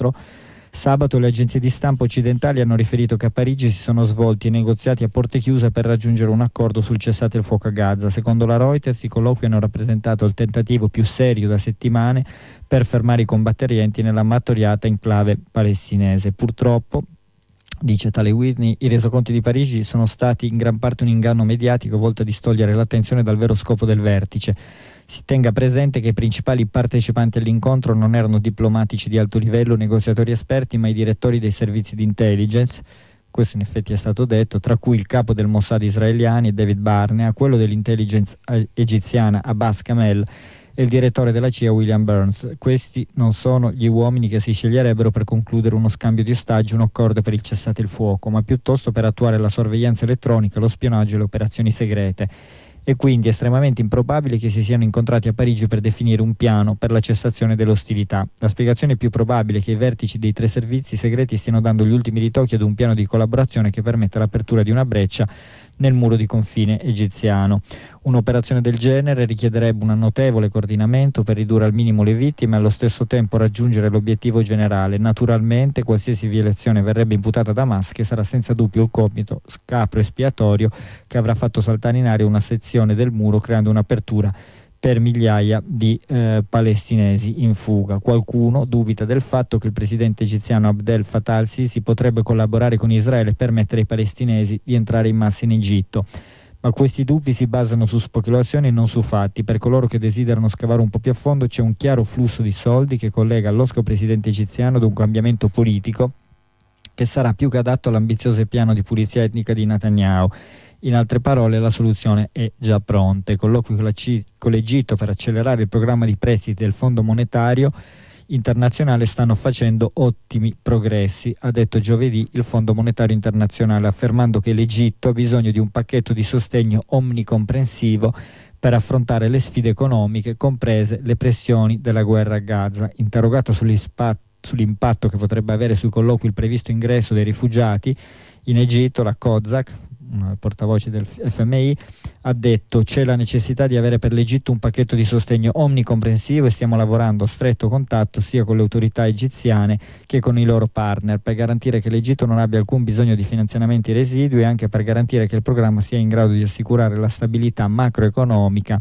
Sabato le agenzie di stampa occidentali hanno riferito che a Parigi si sono svolti negoziati a porte chiuse per raggiungere un accordo sul cessate il fuoco a Gaza. Secondo la Reuters, i colloqui hanno rappresentato il tentativo più serio da settimane per fermare i combattenti nella martoriata enclave palestinese. Purtroppo, dice Taleb Whitney, i resoconti di Parigi sono stati in gran parte un inganno mediatico volto a distogliere l'attenzione dal vero scopo del vertice. Si tenga presente che i principali partecipanti all'incontro non erano diplomatici di alto livello, negoziatori esperti, ma i direttori dei servizi di intelligence, questo in effetti è stato detto, tra cui il capo del Mossad israeliani David Barnea, quello dell'intelligence egiziana Abbas Kamel e il direttore della CIA William Burns. Questi non sono gli uomini che si sceglierebbero per concludere uno scambio di ostaggi, un accordo per il cessate il fuoco, ma piuttosto per attuare la sorveglianza elettronica, lo spionaggio e le operazioni segrete. E quindi è estremamente improbabile che si siano incontrati a Parigi per definire un piano per la cessazione delle ostilità. La spiegazione più probabile è che i vertici dei 3 servizi segreti stiano dando gli ultimi ritocchi ad un piano di collaborazione che permette l'apertura di una breccia nel muro di confine egiziano. Un'operazione del genere richiederebbe un notevole coordinamento per ridurre al minimo le vittime e allo stesso tempo raggiungere l'obiettivo generale. Naturalmente qualsiasi violazione verrebbe imputata da Hamas, che sarà senza dubbio il compito capro espiatorio che avrà fatto saltare in aria una sezione del muro, creando un'apertura per migliaia di palestinesi in fuga. Qualcuno dubita del fatto che il presidente egiziano Abdel Fattah al-Sisi potrebbe collaborare con Israele e permettere ai palestinesi di entrare in massa in Egitto. Ma questi dubbi si basano su speculazioni e non su fatti. Per coloro che desiderano scavare un po' più a fondo c'è un chiaro flusso di soldi che collega l'osco presidente egiziano ad un cambiamento politico che sarà più che adatto all'ambizioso piano di pulizia etnica di Netanyahu. In altre parole, la soluzione è già pronta. I colloqui con l'Egitto per accelerare il programma di prestiti del Fondo Monetario Internazionale stanno facendo ottimi progressi, ha detto giovedì il Fondo Monetario Internazionale, affermando che l'Egitto ha bisogno di un pacchetto di sostegno omnicomprensivo per affrontare le sfide economiche, comprese le pressioni della guerra a Gaza. Interrogato sull'impatto che potrebbe avere sui colloqui il previsto ingresso dei rifugiati in Egitto, la COSAC, una portavoce del FMI, ha detto: c'è la necessità di avere per l'Egitto un pacchetto di sostegno omnicomprensivo e stiamo lavorando a stretto contatto sia con le autorità egiziane che con i loro partner per garantire che l'Egitto non abbia alcun bisogno di finanziamenti residui e anche per garantire che il programma sia in grado di assicurare la stabilità macroeconomica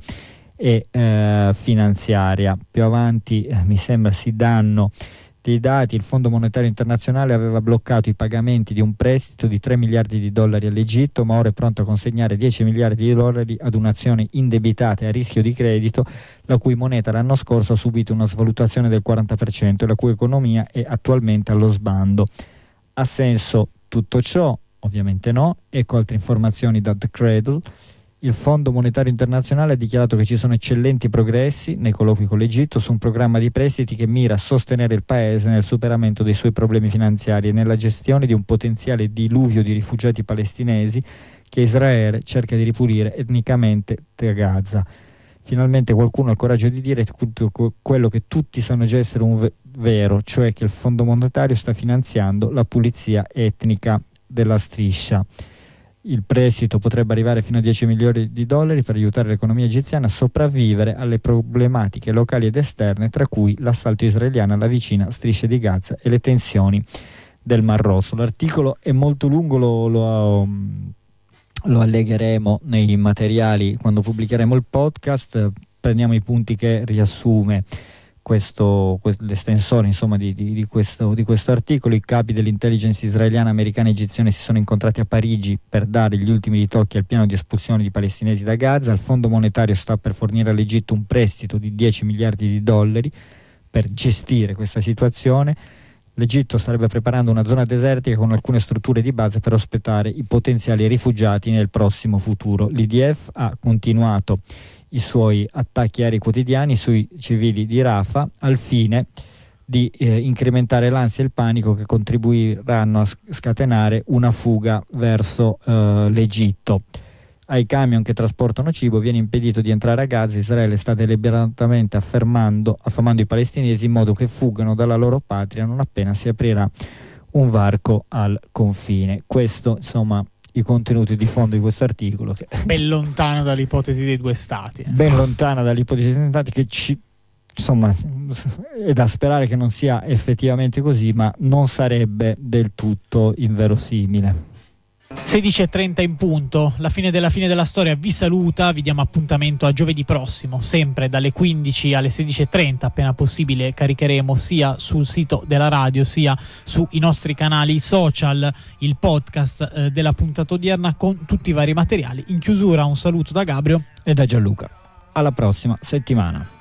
e finanziaria. Più avanti mi sembra si danno dei dati. Il Fondo Monetario Internazionale aveva bloccato i pagamenti di un prestito di 3 miliardi di dollari all'Egitto, ma ora è pronto a consegnare 10 miliardi di dollari ad un'azione indebitata e a rischio di credito, la cui moneta l'anno scorso ha subito una svalutazione del 40% e la cui economia è attualmente allo sbando. Ha senso tutto ciò? Ovviamente no. Ecco altre informazioni da The Cradle. Il Fondo Monetario Internazionale ha dichiarato che ci sono eccellenti progressi nei colloqui con l'Egitto su un programma di prestiti che mira a sostenere il paese nel superamento dei suoi problemi finanziari e nella gestione di un potenziale diluvio di rifugiati palestinesi che Israele cerca di ripulire etnicamente da Gaza. Finalmente qualcuno ha il coraggio di dire tutto quello che tutti sanno già essere un vero, cioè che il Fondo Monetario sta finanziando la pulizia etnica della striscia. Il prestito potrebbe arrivare fino a 10 milioni di dollari per aiutare l'economia egiziana a sopravvivere alle problematiche locali ed esterne, tra cui l'assalto israeliano alla vicina striscia di Gaza e le tensioni del Mar Rosso. L'articolo è molto lungo, lo allegheremo nei materiali quando pubblicheremo il podcast. Prendiamo i punti che riassume l'estensore, insomma, di questo articolo. I capi dell'intelligence israeliana, americana e egiziana si sono incontrati a Parigi per dare gli ultimi ritocchi al piano di espulsione di palestinesi da Gaza. Il Fondo Monetario sta per fornire all'Egitto un prestito di 10 miliardi di dollari per gestire questa situazione. L'Egitto starebbe preparando una zona desertica con alcune strutture di base per ospitare i potenziali rifugiati nel prossimo futuro. L'IDF ha continuato i suoi attacchi aerei quotidiani sui civili di Rafah al fine di incrementare l'ansia e il panico che contribuiranno a scatenare una fuga verso l'Egitto. Ai camion che trasportano cibo viene impedito di entrare a Gaza. Israele sta deliberatamente affamando i palestinesi in modo che fuggano dalla loro patria non appena si aprirà un varco al confine. Questo, insomma, i contenuti di fondo di questo articolo, che ben lontano dall'ipotesi dei due stati. Ben lontana dall'ipotesi dei due stati, che insomma, è da sperare che non sia effettivamente così, ma non sarebbe del tutto inverosimile. 16:30 in punto, la fine della storia vi saluta, vi diamo appuntamento a giovedì prossimo, sempre dalle 15 alle 16:30, appena possibile caricheremo sia sul sito della radio sia sui nostri canali social il podcast della puntata odierna con tutti i vari materiali. In chiusura un saluto da Gabrio e da Gianluca. Alla prossima settimana.